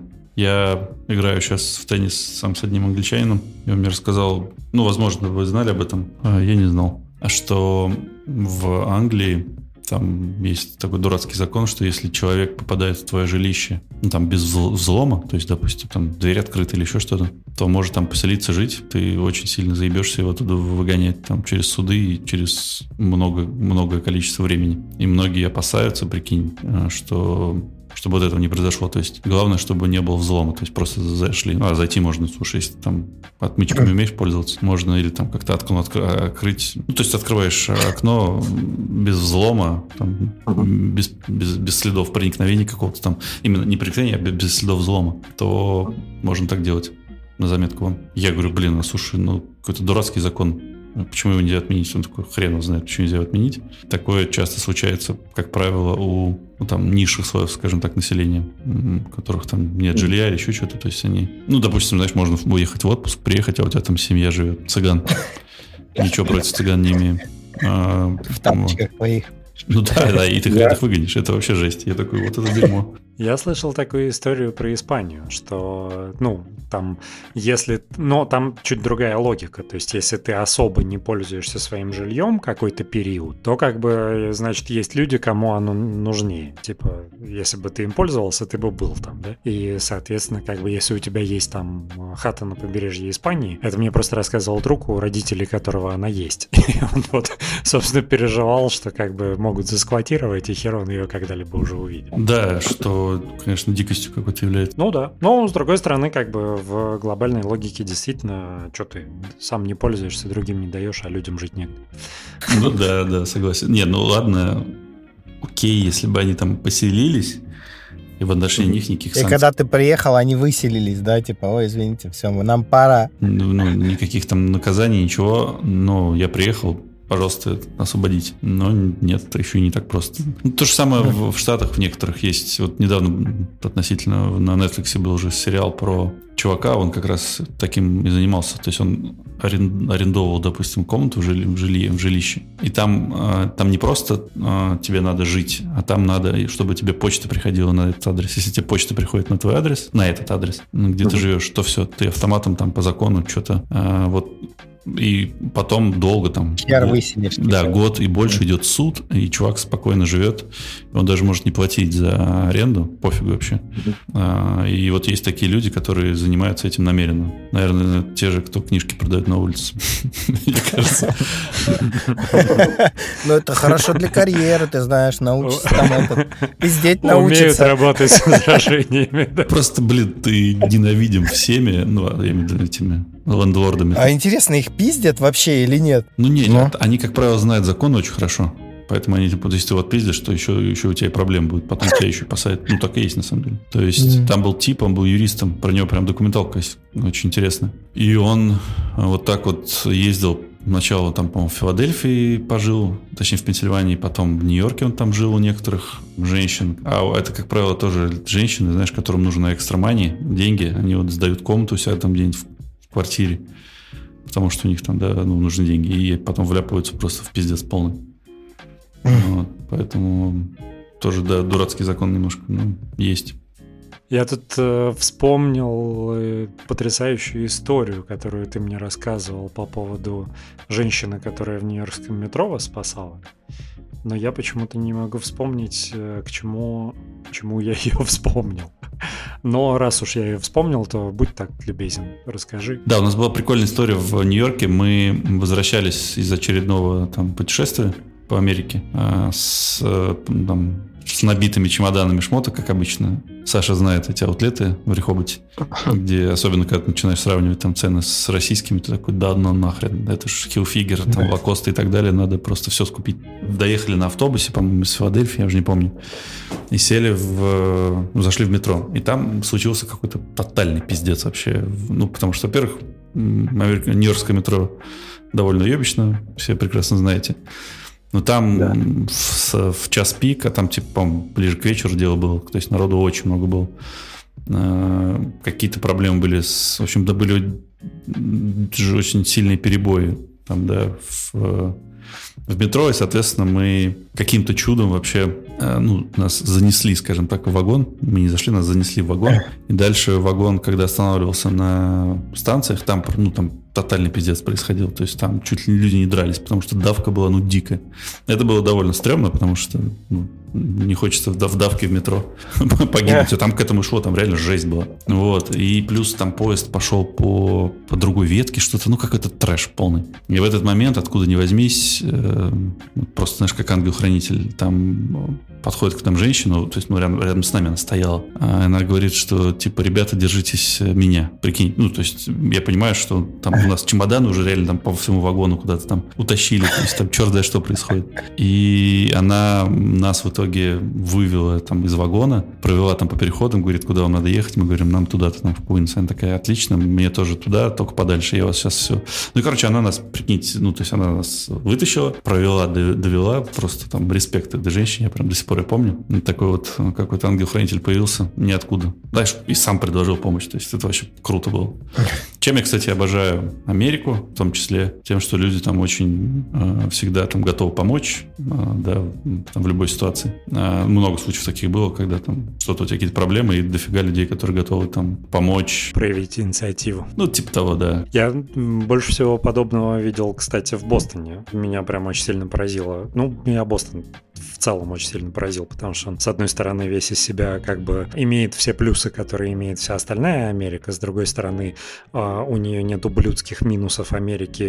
Я играю сейчас в теннис сам с одним англичанином, и он мне рассказал, ну, возможно, вы знали об этом, а я не знал, что в Англии там есть такой дурацкий закон, что если человек попадает в твое жилище, ну, там, без взлома, то есть, допустим, там дверь открыта или еще что-то, то может там поселиться, жить, ты очень сильно заебешься его туда выгонять там через суды и через много, многое количество времени. И многие опасаются, прикинь, что... чтобы вот этого не произошло. То есть главное, чтобы не было взлома. То есть просто зашли. Ну, а зайти можно, слушай, если там отмычками умеешь пользоваться, можно или там как-то окно откры- открыть. Ну, то есть открываешь окно без взлома, там, без, без, без следов проникновения какого-то там, именно не проникновения, а без следов взлома, то можно так делать. На заметку вам. Я говорю, блин, ну, слушай, ну, какой-то дурацкий закон. Почему его нельзя отменить? Он такой, хрен его знает, почему нельзя отменить. Такое часто случается, как правило, у ну, там, низших слоев, скажем так, населения, у которых там нет жилья или еще что-то. То есть они, ну, допустим, знаешь, можно уехать в отпуск, приехать, а у тебя там семья живет, цыган. Ничего против цыган не имеем. А, в тапочках твоих. Ну да, да, и ты их выгонишь. Это вообще жесть. Я такой, вот это дерьмо. Я слышал такую историю про Испанию, что, ну, там, если... Но там чуть другая логика. То есть, если ты особо не пользуешься своим жильем какой-то период, то, как бы, значит, есть люди, кому оно нужнее. Типа, если бы ты им пользовался, ты бы был там, да? И, соответственно, как бы, если у тебя есть там хата на побережье Испании, это мне просто рассказывал друг, у родителей которого она есть. И он вот, собственно, переживал, что, как бы, могут засквотировать, и хер он ее когда-либо уже увидит. Да, что конечно, дикостью какой-то является. Ну да. Но, с другой стороны, как бы в глобальной логике действительно, что ты сам не пользуешься, другим не даешь, а людям жить негде. Ну да, да, согласен. Не, ну ладно, окей, если бы они там поселились, и в отношении них никаких санкций. И когда ты приехал, они выселились, да, типа, ой, извините, все, нам пора. Ну, ну никаких там наказаний, ничего, но я приехал, пожалуйста, освободите. Но нет, это еще и не так просто. Ну, то же самое в, в Штатах в некоторых есть. Вот недавно относительно на Netflix был уже сериал про чувака, он как раз таким и занимался. То есть он арен, арендовал, допустим, комнату в, жили, в, жили, в жилище, и там, там не просто тебе надо жить, а там надо, чтобы тебе почта приходила на этот адрес. Если тебе почта приходит на твой адрес, на этот адрес, где mm-hmm. ты живешь, то все, ты автоматом там по закону что-то вот. И потом долго там... Год, да, год и больше идет суд, и чувак спокойно живет. Он даже может не платить за аренду, пофигу вообще. Mm-hmm. И вот есть такие люди, которые занимаются этим намеренно. Наверное, те же, кто книжки продают на улице. Мне кажется. Ну, это хорошо для карьеры, ты знаешь, научиться там пиздеть научиться. Умеют работать с возражениями. Просто, блин, ты ненавидим всеми, ну, я имею в виду этими лендлордами. А интересно, их пиздят вообще или нет? Ну, не, Но. они, как правило, знают законы очень хорошо. Поэтому они, типа, если ты вот пиздишь, то еще, еще у тебя и проблем будет. Потом тебя еще посадят. Ну, так и есть, на самом деле. То есть, mm. там был тип, он был юристом. Про него прям документалка есть. Очень интересно. И он вот так вот ездил. Сначала там, по-моему, в Филадельфии пожил. Точнее, в Пенсильвании. Потом в Нью-Йорке он там жил у некоторых женщин. А это, как правило, тоже женщины, знаешь, которым нужно экстра мани, деньги. Они вот сдают комнату у себя там где-нибудь в квартире. Потому что у них там, да, ну, нужны деньги. И потом вляпываются просто в пиздец полный. Mm. Вот, поэтому тоже, да, дурацкий закон немножко, ну, есть. Я тут э, вспомнил э, потрясающую историю, которую ты мне рассказывал по поводу женщины, которая в нью-йоркском метро вас спасала. Но я почему-то не могу вспомнить, э, к чему, к чему я ее вспомнил. Но раз уж я ее вспомнил, то будь так любезен, расскажи. Да, у нас была прикольная история в Нью-Йорке. Мы возвращались из очередного там путешествия по Америке с, там, с набитыми чемоданами шмоток, как обычно. Саша знает эти аутлеты в Рехоботе, где, особенно когда ты начинаешь сравнивать там цены с российскими, ты такой, да ну нахрен, это ж Хилфигер, там Лакоста и так далее, надо просто все скупить. Доехали на автобусе, по-моему, из Филадельфии, я уже не помню, и сели в... Ну, зашли в метро, и там случился какой-то тотальный пиздец вообще. Ну, потому что, во-первых, нью-йоркское метро довольно уебищно, все прекрасно знаете. Но там да. в, в час пик, а там, типа, по-моему, ближе к вечеру дело было. То есть народу очень много было. Э, какие-то проблемы были с... В общем, да, были очень сильные перебои там, да, в, в метро. И, соответственно, мы каким-то чудом вообще... Э, ну, нас занесли, скажем так, в вагон. Мы не зашли, нас занесли в вагон. И дальше вагон, когда останавливался на станциях, там, ну, там тотальный пиздец происходил. То есть там чуть ли люди не дрались, потому что давка была, ну, дикая. Это было довольно стрёмно, потому что ну, не хочется в давке в метро погибнуть. А там к этому шло, там реально жесть была. Вот. И плюс там поезд пошел по, по другой ветке, что-то, ну, какой-то трэш полный. И в этот момент, откуда ни возьмись, э, просто, знаешь, как ангел-хранитель, там подходит к нам женщина, то есть ну, рядом, рядом с нами она стояла. А она говорит, что, типа, ребята, держитесь меня. Прикинь. Ну, то есть я понимаю, что там у нас чемоданы уже реально там по всему вагону куда-то там утащили, то есть там черт знает что происходит. И она нас в итоге вывела там из вагона, провела там по переходам, говорит, куда вам надо ехать. Мы говорим, нам туда-то, там в Куинс. Она такая, отлично, мне тоже туда, только подальше, я вас сейчас все... Ну и, короче, она нас, прикиньте, ну, то есть она нас вытащила, провела, довела, просто там респект этой женщине, я прям до сих пор я помню. И такой вот какой-то ангел-хранитель появился ниоткуда. Дальше и сам предложил помощь, то есть это вообще круто было. Чем я, кстати, обожаю Америку, в том числе тем, что люди там очень э, всегда там готовы помочь, э, да, там, в любой ситуации. Э, много случаев таких было, когда там что-то у тебя какие-то проблемы, и дофига людей, которые готовы там помочь. Проявить инициативу. Ну, типа того, да. Я больше всего подобного видел, кстати, в Бостоне. Меня прям очень сильно поразило. Ну, меня Бостон в целом очень сильно поразил, потому что он, с одной стороны, весь из себя как бы имеет все плюсы, которые имеет вся остальная Америка, с другой стороны, у нее нет ублюдских минусов Америки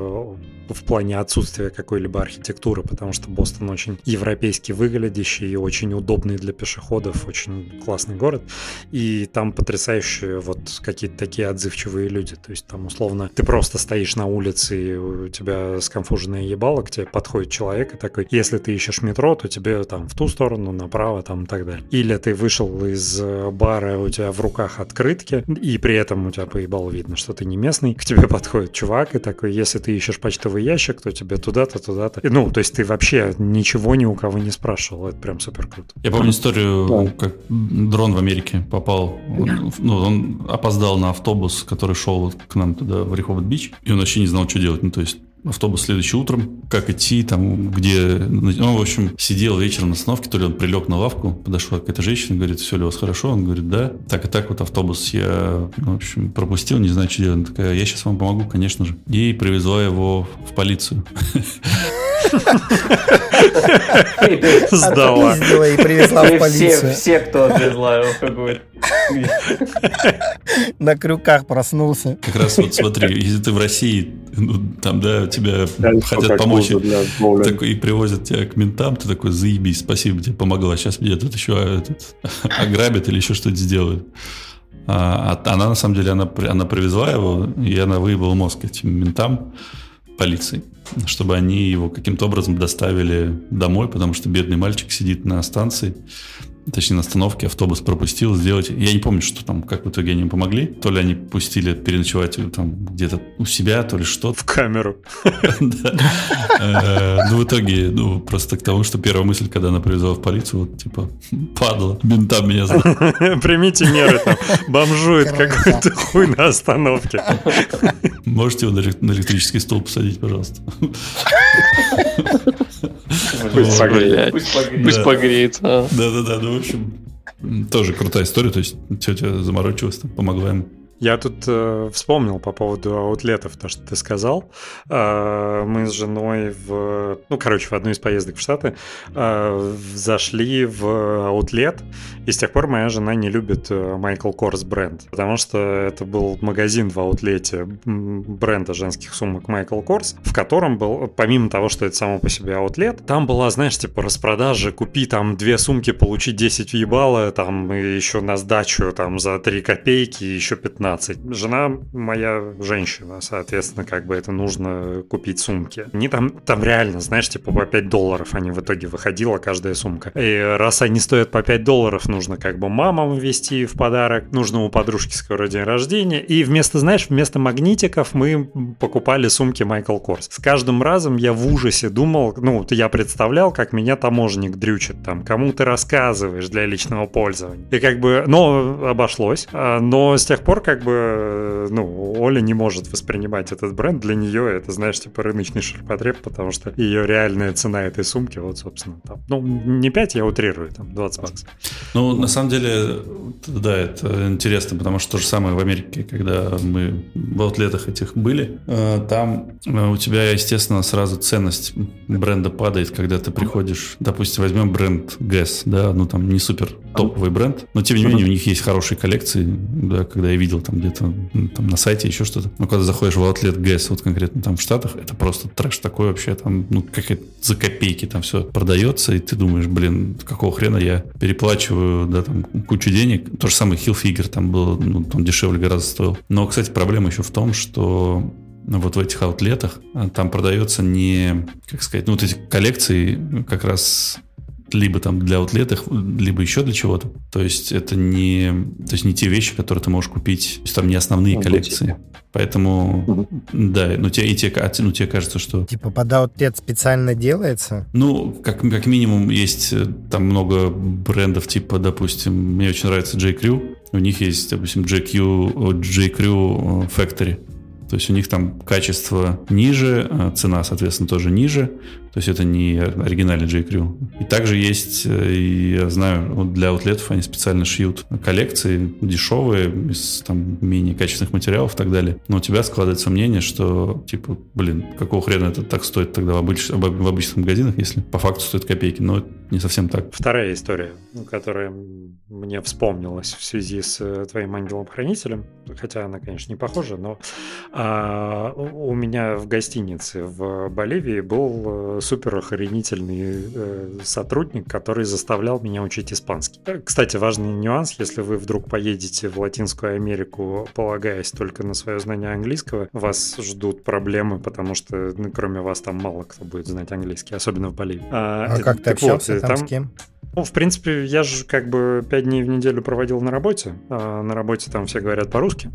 в плане отсутствия какой-либо архитектуры, потому что Бостон очень европейски выглядящий и очень удобный для пешеходов, очень классный город, и там потрясающие вот какие-то такие отзывчивые люди, то есть там условно ты просто стоишь на улице, и у тебя сконфуженное ебало, к тебе подходит человек и такой, если ты ищешь метро, то тебе там в ту сторону, направо, там и так далее. Или ты вышел из бара, у тебя в руках открытки, и при этом у тебя поебало видно. видно, что ты не местный, к тебе подходит чувак и такой, если ты ищешь почтовый ящик, то тебе туда-то, туда-то. И, ну, то есть ты вообще ничего ни у кого не спрашивал, это прям супер круто. Я помню историю, да. как дрон в Америке попал, он, ну, он опоздал на автобус, который шел вот к нам туда, в Риховод-Бич, и он вообще не знал, что делать, ну, то есть автобус следующим утром, как идти, там, где... Ну, в общем, сидел вечером на остановке, то ли он прилег на лавку, подошла какая-то женщина, говорит, все ли у вас хорошо? Он говорит, да. Так и так вот автобус я, в общем, пропустил, не знаю, что делать. Она такая, я сейчас вам помогу, конечно же. И привезла его в полицию. Сдала. И привезла в полицию. Все, кто отвезла его в какой-то... На крюках проснулся. Как раз вот смотри, если ты в России, ну, там, да, тебя хотят помочь такой, и привозят тебя к ментам, ты такой, заебись, спасибо, тебе помогла, сейчас меня тут еще этот, ограбят или еще что-то сделают. А, а она, на самом деле, она, она привезла его, и она выебала мозг этим ментам, полиции, чтобы они его каким-то образом доставили домой, потому что бедный мальчик сидит на станции, точнее на остановке, автобус пропустил сделать. Я не помню, что там, как в итоге они помогли. То ли они пустили переночевать там где-то у себя, то ли что. В камеру. Ну, в итоге, ну, просто к тому, что первая мысль, когда она привезла в полицию, вот, типа, падла, ментам меня знают. Примите меры, там, бомжует какой-то хуй на остановке. Можете его на электрический стул посадить, пожалуйста. Пусть погреет. Пусть погреет. Да-да-да, ну, в общем, тоже крутая история, то есть тетя заморочилась, там, помогла ему. Я тут э, вспомнил по поводу аутлетов, то, что ты сказал. Э, мы с женой в... Ну, короче, в одну из поездок в Штаты э, зашли в аутлет, и с тех пор моя жена не любит Michael Kors бренд, потому что это был магазин в аутлете бренда женских сумок Michael Kors, в котором был, помимо того, что это само по себе аутлет, там была, знаешь, типа распродажа, купи там две сумки, получи десять въебало, там и еще на сдачу там за три копейки, еще пятнадцать. Жена моя женщина, соответственно, как бы это нужно купить сумки. Они там, там реально, знаешь, типа по пять долларов они в итоге выходила каждая сумка. И раз они стоят по пять долларов, нужно как бы мамам ввести в подарок, нужно у подружки скоро день рождения. И вместо, знаешь, вместо магнитиков мы покупали сумки Michael Kors. С каждым разом я в ужасе думал, ну, я представлял, как меня таможенник дрючит там, кому ты рассказываешь для личного пользования. И как бы, но обошлось. Но с тех пор, как бы, ну, Оля не может воспринимать этот бренд. Для нее это, знаешь, типа рыночный ширпотреб, потому что ее реальная цена этой сумки, вот, собственно, там, ну, не пять, я утрирую, там, двадцать баксов. Ну, на самом деле, да, это интересно, потому что то же самое в Америке, когда мы в аутлетах этих были, там у тебя, естественно, сразу ценность бренда падает, когда ты приходишь, допустим, возьмем бренд Guess, да, ну, там не супер топовый бренд, но, тем не менее, у них есть хорошие коллекции, да, когда я видел там где-то там на сайте еще что-то. Но когда заходишь в аутлет Guess, вот конкретно там в Штатах, это просто трэш такой вообще, там, ну, как за копейки там все продается, и ты думаешь, блин, какого хрена я переплачиваю, да, там, кучу денег. То же самое Hilfiger там был, ну, там дешевле гораздо стоил. Но, кстати, проблема еще в том, что вот в этих аутлетах там продается не, как сказать, ну, вот эти коллекции как раз либо там для аутлетов, либо еще для чего-то. То есть это не, то есть не те вещи, которые ты можешь купить, то есть там не основные коллекции. Поэтому, угу. да, ну тебе, и тебе, ну, тебе кажется, что... Типа под аутлет специально делается? Ну, как, как минимум есть там много брендов, типа, допустим, мне очень нравится джей. Crew. У них есть, допустим, джей. Crew, джей. Crew Factory. То есть у них там качество ниже, цена, соответственно, тоже ниже. То есть это не оригинальный джей. Crew. И также есть, я знаю, вот для аутлетов они специально шьют коллекции дешевые, из там, менее качественных материалов и так далее. Но у тебя складывается мнение, что, типа, блин, какого хрена это так стоит тогда в, обыч... в обычных магазинах, если по факту стоит копейки. Но это не совсем так. Вторая история, которая мне вспомнилась в связи с твоим ангелом-хранителем, хотя она, конечно, не похожа, но а, у меня в гостинице в Боливии был супер охренительный э, сотрудник, который заставлял меня учить испанский. Кстати, важный нюанс, если вы вдруг поедете в Латинскую Америку, полагаясь только на свое знание английского, вас ждут проблемы, потому что, ну, кроме вас там мало кто будет знать английский, особенно в Боливии. А, а как ты общался вот, там, там с кем? Ну, в принципе, я же как бы пять дней в неделю проводил на работе. А на работе там все говорят по-русски.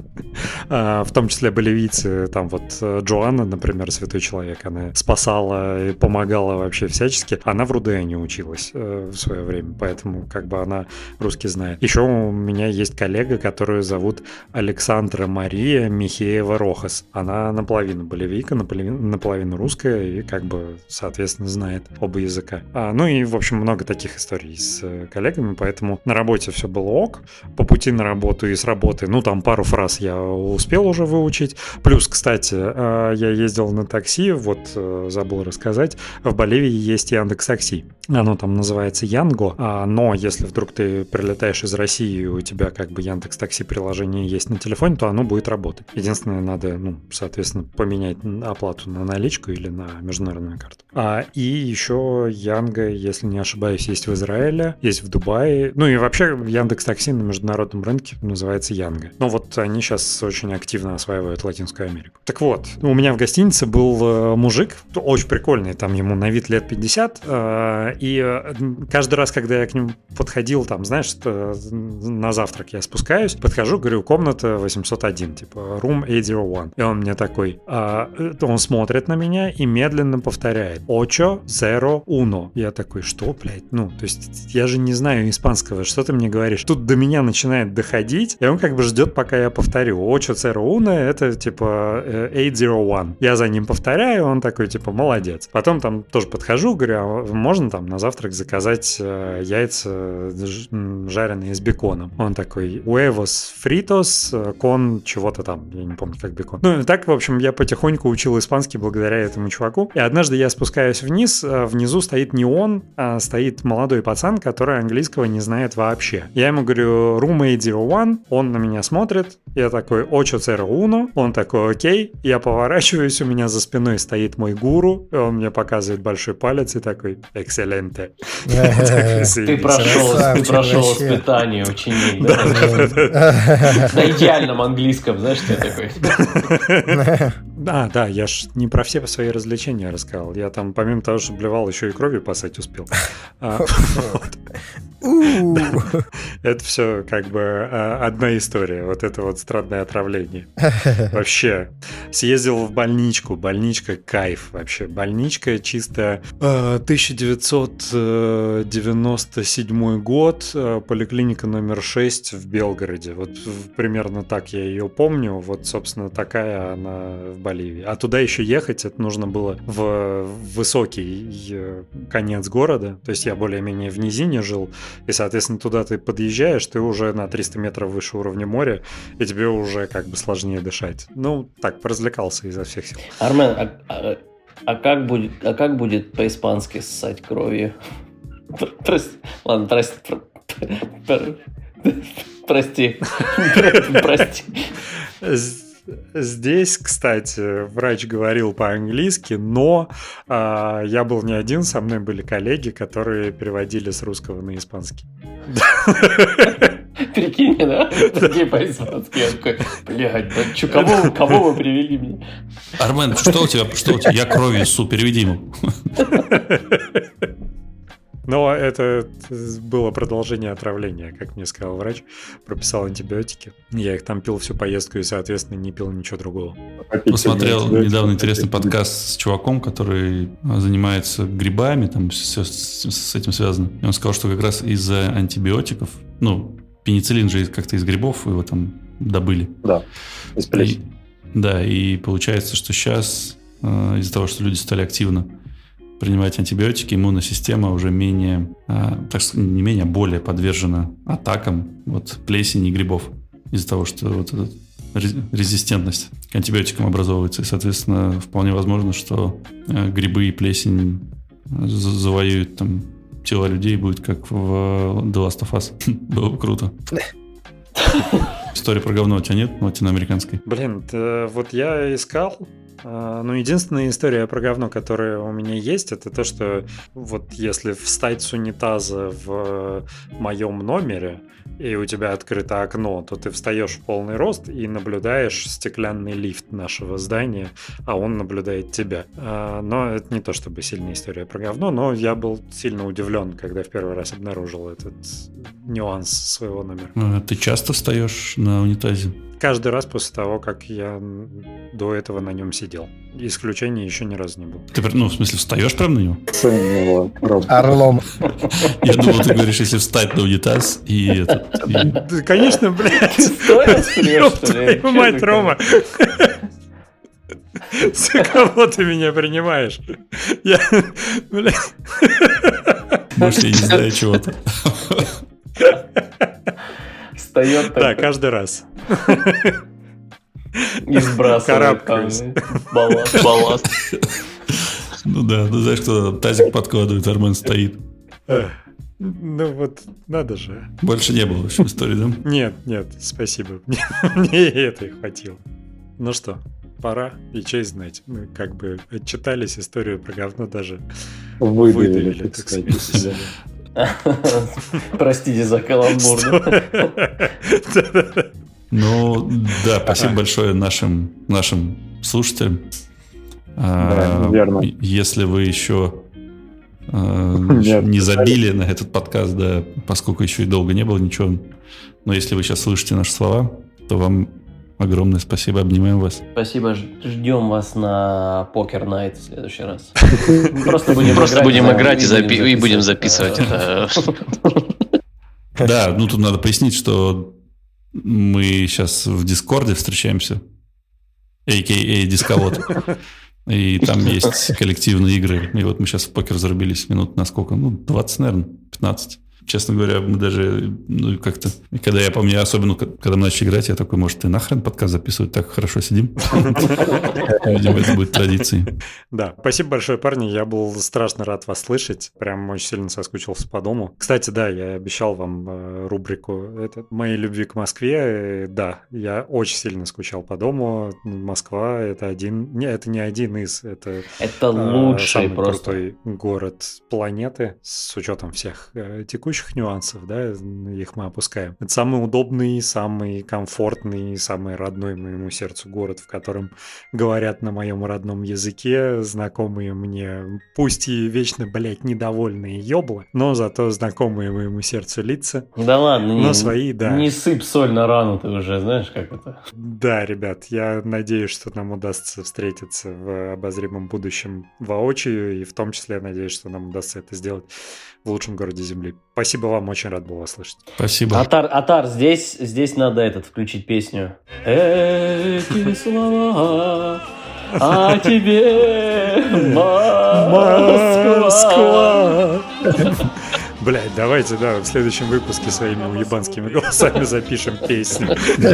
В том числе боливийцы. Там вот Джоанна, например, святой человек, она спасала и помогала вообще всячески. Она в Рудене училась в свое время, поэтому как бы она русский знает. Еще у меня есть коллега, которую зовут Александра Мария Михеева Рохас. Она наполовину боливийка, наполовину, наполовину русская и как бы, соответственно, знает оба языка. А, ну и, в общем, много таких историй с коллегами, поэтому на работе все было ок. По пути на работу и с работы, ну там пару фраз я успел уже выучить. Плюс, кстати, я ездил на такси, вот забыл рассказать, в Боливии есть Яндекс.Такси. Оно там называется Янго, но если вдруг ты прилетаешь из России и у тебя как бы Яндекс.Такси приложение есть на телефоне, то оно будет работать. Единственное, надо, ну, соответственно, поменять оплату на наличку или на международную карту. А, и еще Янго, если не ошибаюсь, есть в Израиле, есть в Дубае. Ну и вообще Яндекс.Такси на международном рынке называется Янго. Но вот они сейчас очень активно осваивают Латинскую Америку. Так вот, у меня в гостинице был мужик, очень прикольный, там ему на вид лет пятьдесят, и каждый раз, когда я к нему подходил, там, знаешь, на завтрак я спускаюсь, подхожу, говорю, комната восемьсот один, типа, room восемьсот один. И он мне такой, а, он смотрит на меня и медленно повторяет ocho cero uno. Я такой, что, блядь? Ну, то есть я же не знаю испанского, что ты мне говоришь? Тут до меня начинает доходить, и он как бы ждет, пока я повторю. ocho cero uno это типа восемьсот один. Я за ним повторяю, он такой, типа, молодец. Потом там тоже подхожу, говорю, а можно там на завтрак заказать яйца жареные с беконом? Он такой, huevos fritos con чего-то там, я не помню, как бекон. Ну, так, в общем, я потихоньку учил испанский благодаря этому чуваку. И однажды я спускаюсь вниз, внизу стоит не он, а стоит молодой пацан, который английского не знает вообще. Я ему говорю, room восемьсот один, он на меня смотрит, я такой, ocho cero uno, он такой, окей, я поворачиваюсь, у меня за спиной стоит мой гуру, и он мне показывает большой палец и такой, экселенте. Ты прошел, ты прошел испытание, ученик, да? На идеальном английском, знаешь, что такой? Да, да, я ж не про все свои развлечения рассказал. Я там, помимо того, что блевал, еще и кровью пасать успел. Это все как бы одна история. Вот это вот странное отравление. Вообще. Съездил в больничку. Больничка кайф вообще. Больничка чисто тысяча девятьсот девяносто седьмой год. Поликлиника номер шесть в Белгороде. Вот примерно так я ее помню. Вот, собственно, такая она в Боливии. А туда еще ехать, это нужно было в высокий конец города. То есть я более-менее в низине жил. И, соответственно, туда ты подъезжаешь, ты уже на триста метров выше уровня моря, и тебе уже как бы сложнее дышать. Ну, так, поразвлекался изо всех сил. Армен, а, а, а, как, будет, а как будет по-испански ссать кровью? Прости, ладно, прости. Прости. Прости. Здесь, кстати, врач говорил по-английски, но а, я был не один, со мной были коллеги, которые переводили с русского на испанский. Прикинь, да? Такие по-испански. Я такой, блядь, да чё, кого, кого вы привели мне? Армен, что у тебя? Что у тебя? Я кровью ссу, переведи ему. Но это было продолжение отравления, как мне сказал врач. Прописал антибиотики. Я их там пил всю поездку и, соответственно, не пил ничего другого. Посмотрел недавно интересный подкаст с чуваком, который занимается грибами, там все с этим связано. И он сказал, что как раз из-за антибиотиков, ну, пенициллин же как-то из грибов его там добыли. Да, из плесени. Да, и получается, что сейчас из-за того, что люди стали активно принимать антибиотики, иммунная система уже менее, так сказать, не менее, а более подвержена атакам вот, плесени и грибов из-за того, что вот эта резистентность к антибиотикам образовывается. И, соответственно, вполне возможно, что грибы и плесень завоюют там тела людей, будет как в The Last of Us. Было бы круто. История про говно у тебя нет, латиноамериканской? Блин, вот я искал Ну, единственная история про говно, которая у меня есть, это то, что вот если встать с унитаза в моем номере, и у тебя открыто окно, то ты встаешь в полный рост и наблюдаешь стеклянный лифт нашего здания, а он наблюдает тебя. Но это не то чтобы сильная история про говно, но я был сильно удивлен, когда в первый раз обнаружил этот нюанс своего номера. А ты часто встаешь на унитазе? Каждый раз после того, как я до этого на нем сидел. Исключения еще ни разу не было. Ты, ну, в смысле, встаешь прям на него? Орлом. Я думал, ты говоришь, если встать на унитаз и этот... И... Да, конечно, блядь. Ёб твою мать, Рома. За кого ты меня принимаешь? Я, блядь. Может, я не знаю чего-то. Встает. Да, каждый раз. И сбрасывает там балласт. балласт. Ну да, ну знаешь, кто тазик подкладывает, Армен стоит. Ну вот, надо же. Больше не было в общем истории, да? Нет, нет, спасибо. Мне и это и хватило. Ну что, пора и честь знать. Мы как бы отчитались, историю про говно даже выдавили, так сказать. Простите за каламбур. Ну, да, спасибо большое нашим, нашим слушателям. Да, верно. Если вы еще Нет, не забили на этот подкаст, да, поскольку еще и долго не было ничего. Но если вы сейчас слышите наши слова, то вам огромное спасибо, обнимаем вас. Спасибо, ждем вас на Покер Найт в следующий раз. Просто будем Просто играть, будем да, играть и, запи- будем и будем записывать это. Да, ну тут надо пояснить, что мы сейчас в Дискорде встречаемся, а ка а. Дисковод. И там есть коллективные игры. И вот мы сейчас в покер зарубились минут на сколько? Ну, двадцать, наверное, пятнадцать. Честно говоря, мы даже, ну, как-то... И когда я помню, особенно, когда мы начали играть, я такой, может, ты нахрен подкаст записывать? Так хорошо сидим. Видимо, это будет традицией. Да, спасибо большое, парни. Я был страшно рад вас слышать. Прям очень сильно соскучился по дому. Кстати, да, я обещал вам рубрику это, «Моей любви к Москве». Да, я очень сильно скучал по дому. Москва — это один... Не, это не один из... Это, это лучший самый просто. крутой город планеты с учетом всех текущих нюансов, да, их мы опускаем. Это самый удобный, самый комфортный, самый родной моему сердцу город, в котором говорят на моем родном языке, знакомые мне, пусть и вечно, блядь, недовольные ёблы, но зато знакомые моему сердцу лица. Да ладно, но не, свои, да. не сыпь соль на рану, ты уже знаешь, как это. Да, ребят, я надеюсь, что нам удастся встретиться в обозримом будущем воочию, и в том числе я надеюсь, что нам удастся это сделать в лучшем городе Земли. Спасибо вам, очень рад был вас слышать. Спасибо. Атар, Атар, здесь, здесь надо этот включить песню. Эти слова о тебе, Москва. Блядь, давайте, да, в следующем выпуске своими уебанскими голосами запишем песню.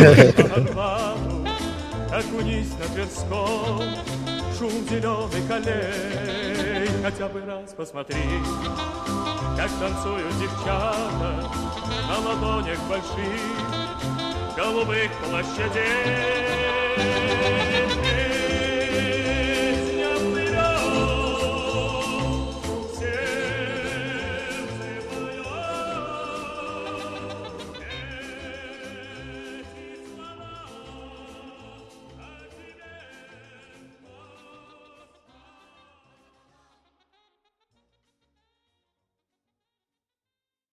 Окунись на Тверском, шум зеленый колей, хотя бы раз посмотри, как танцуют девчата на ладонях больших голубых площадей.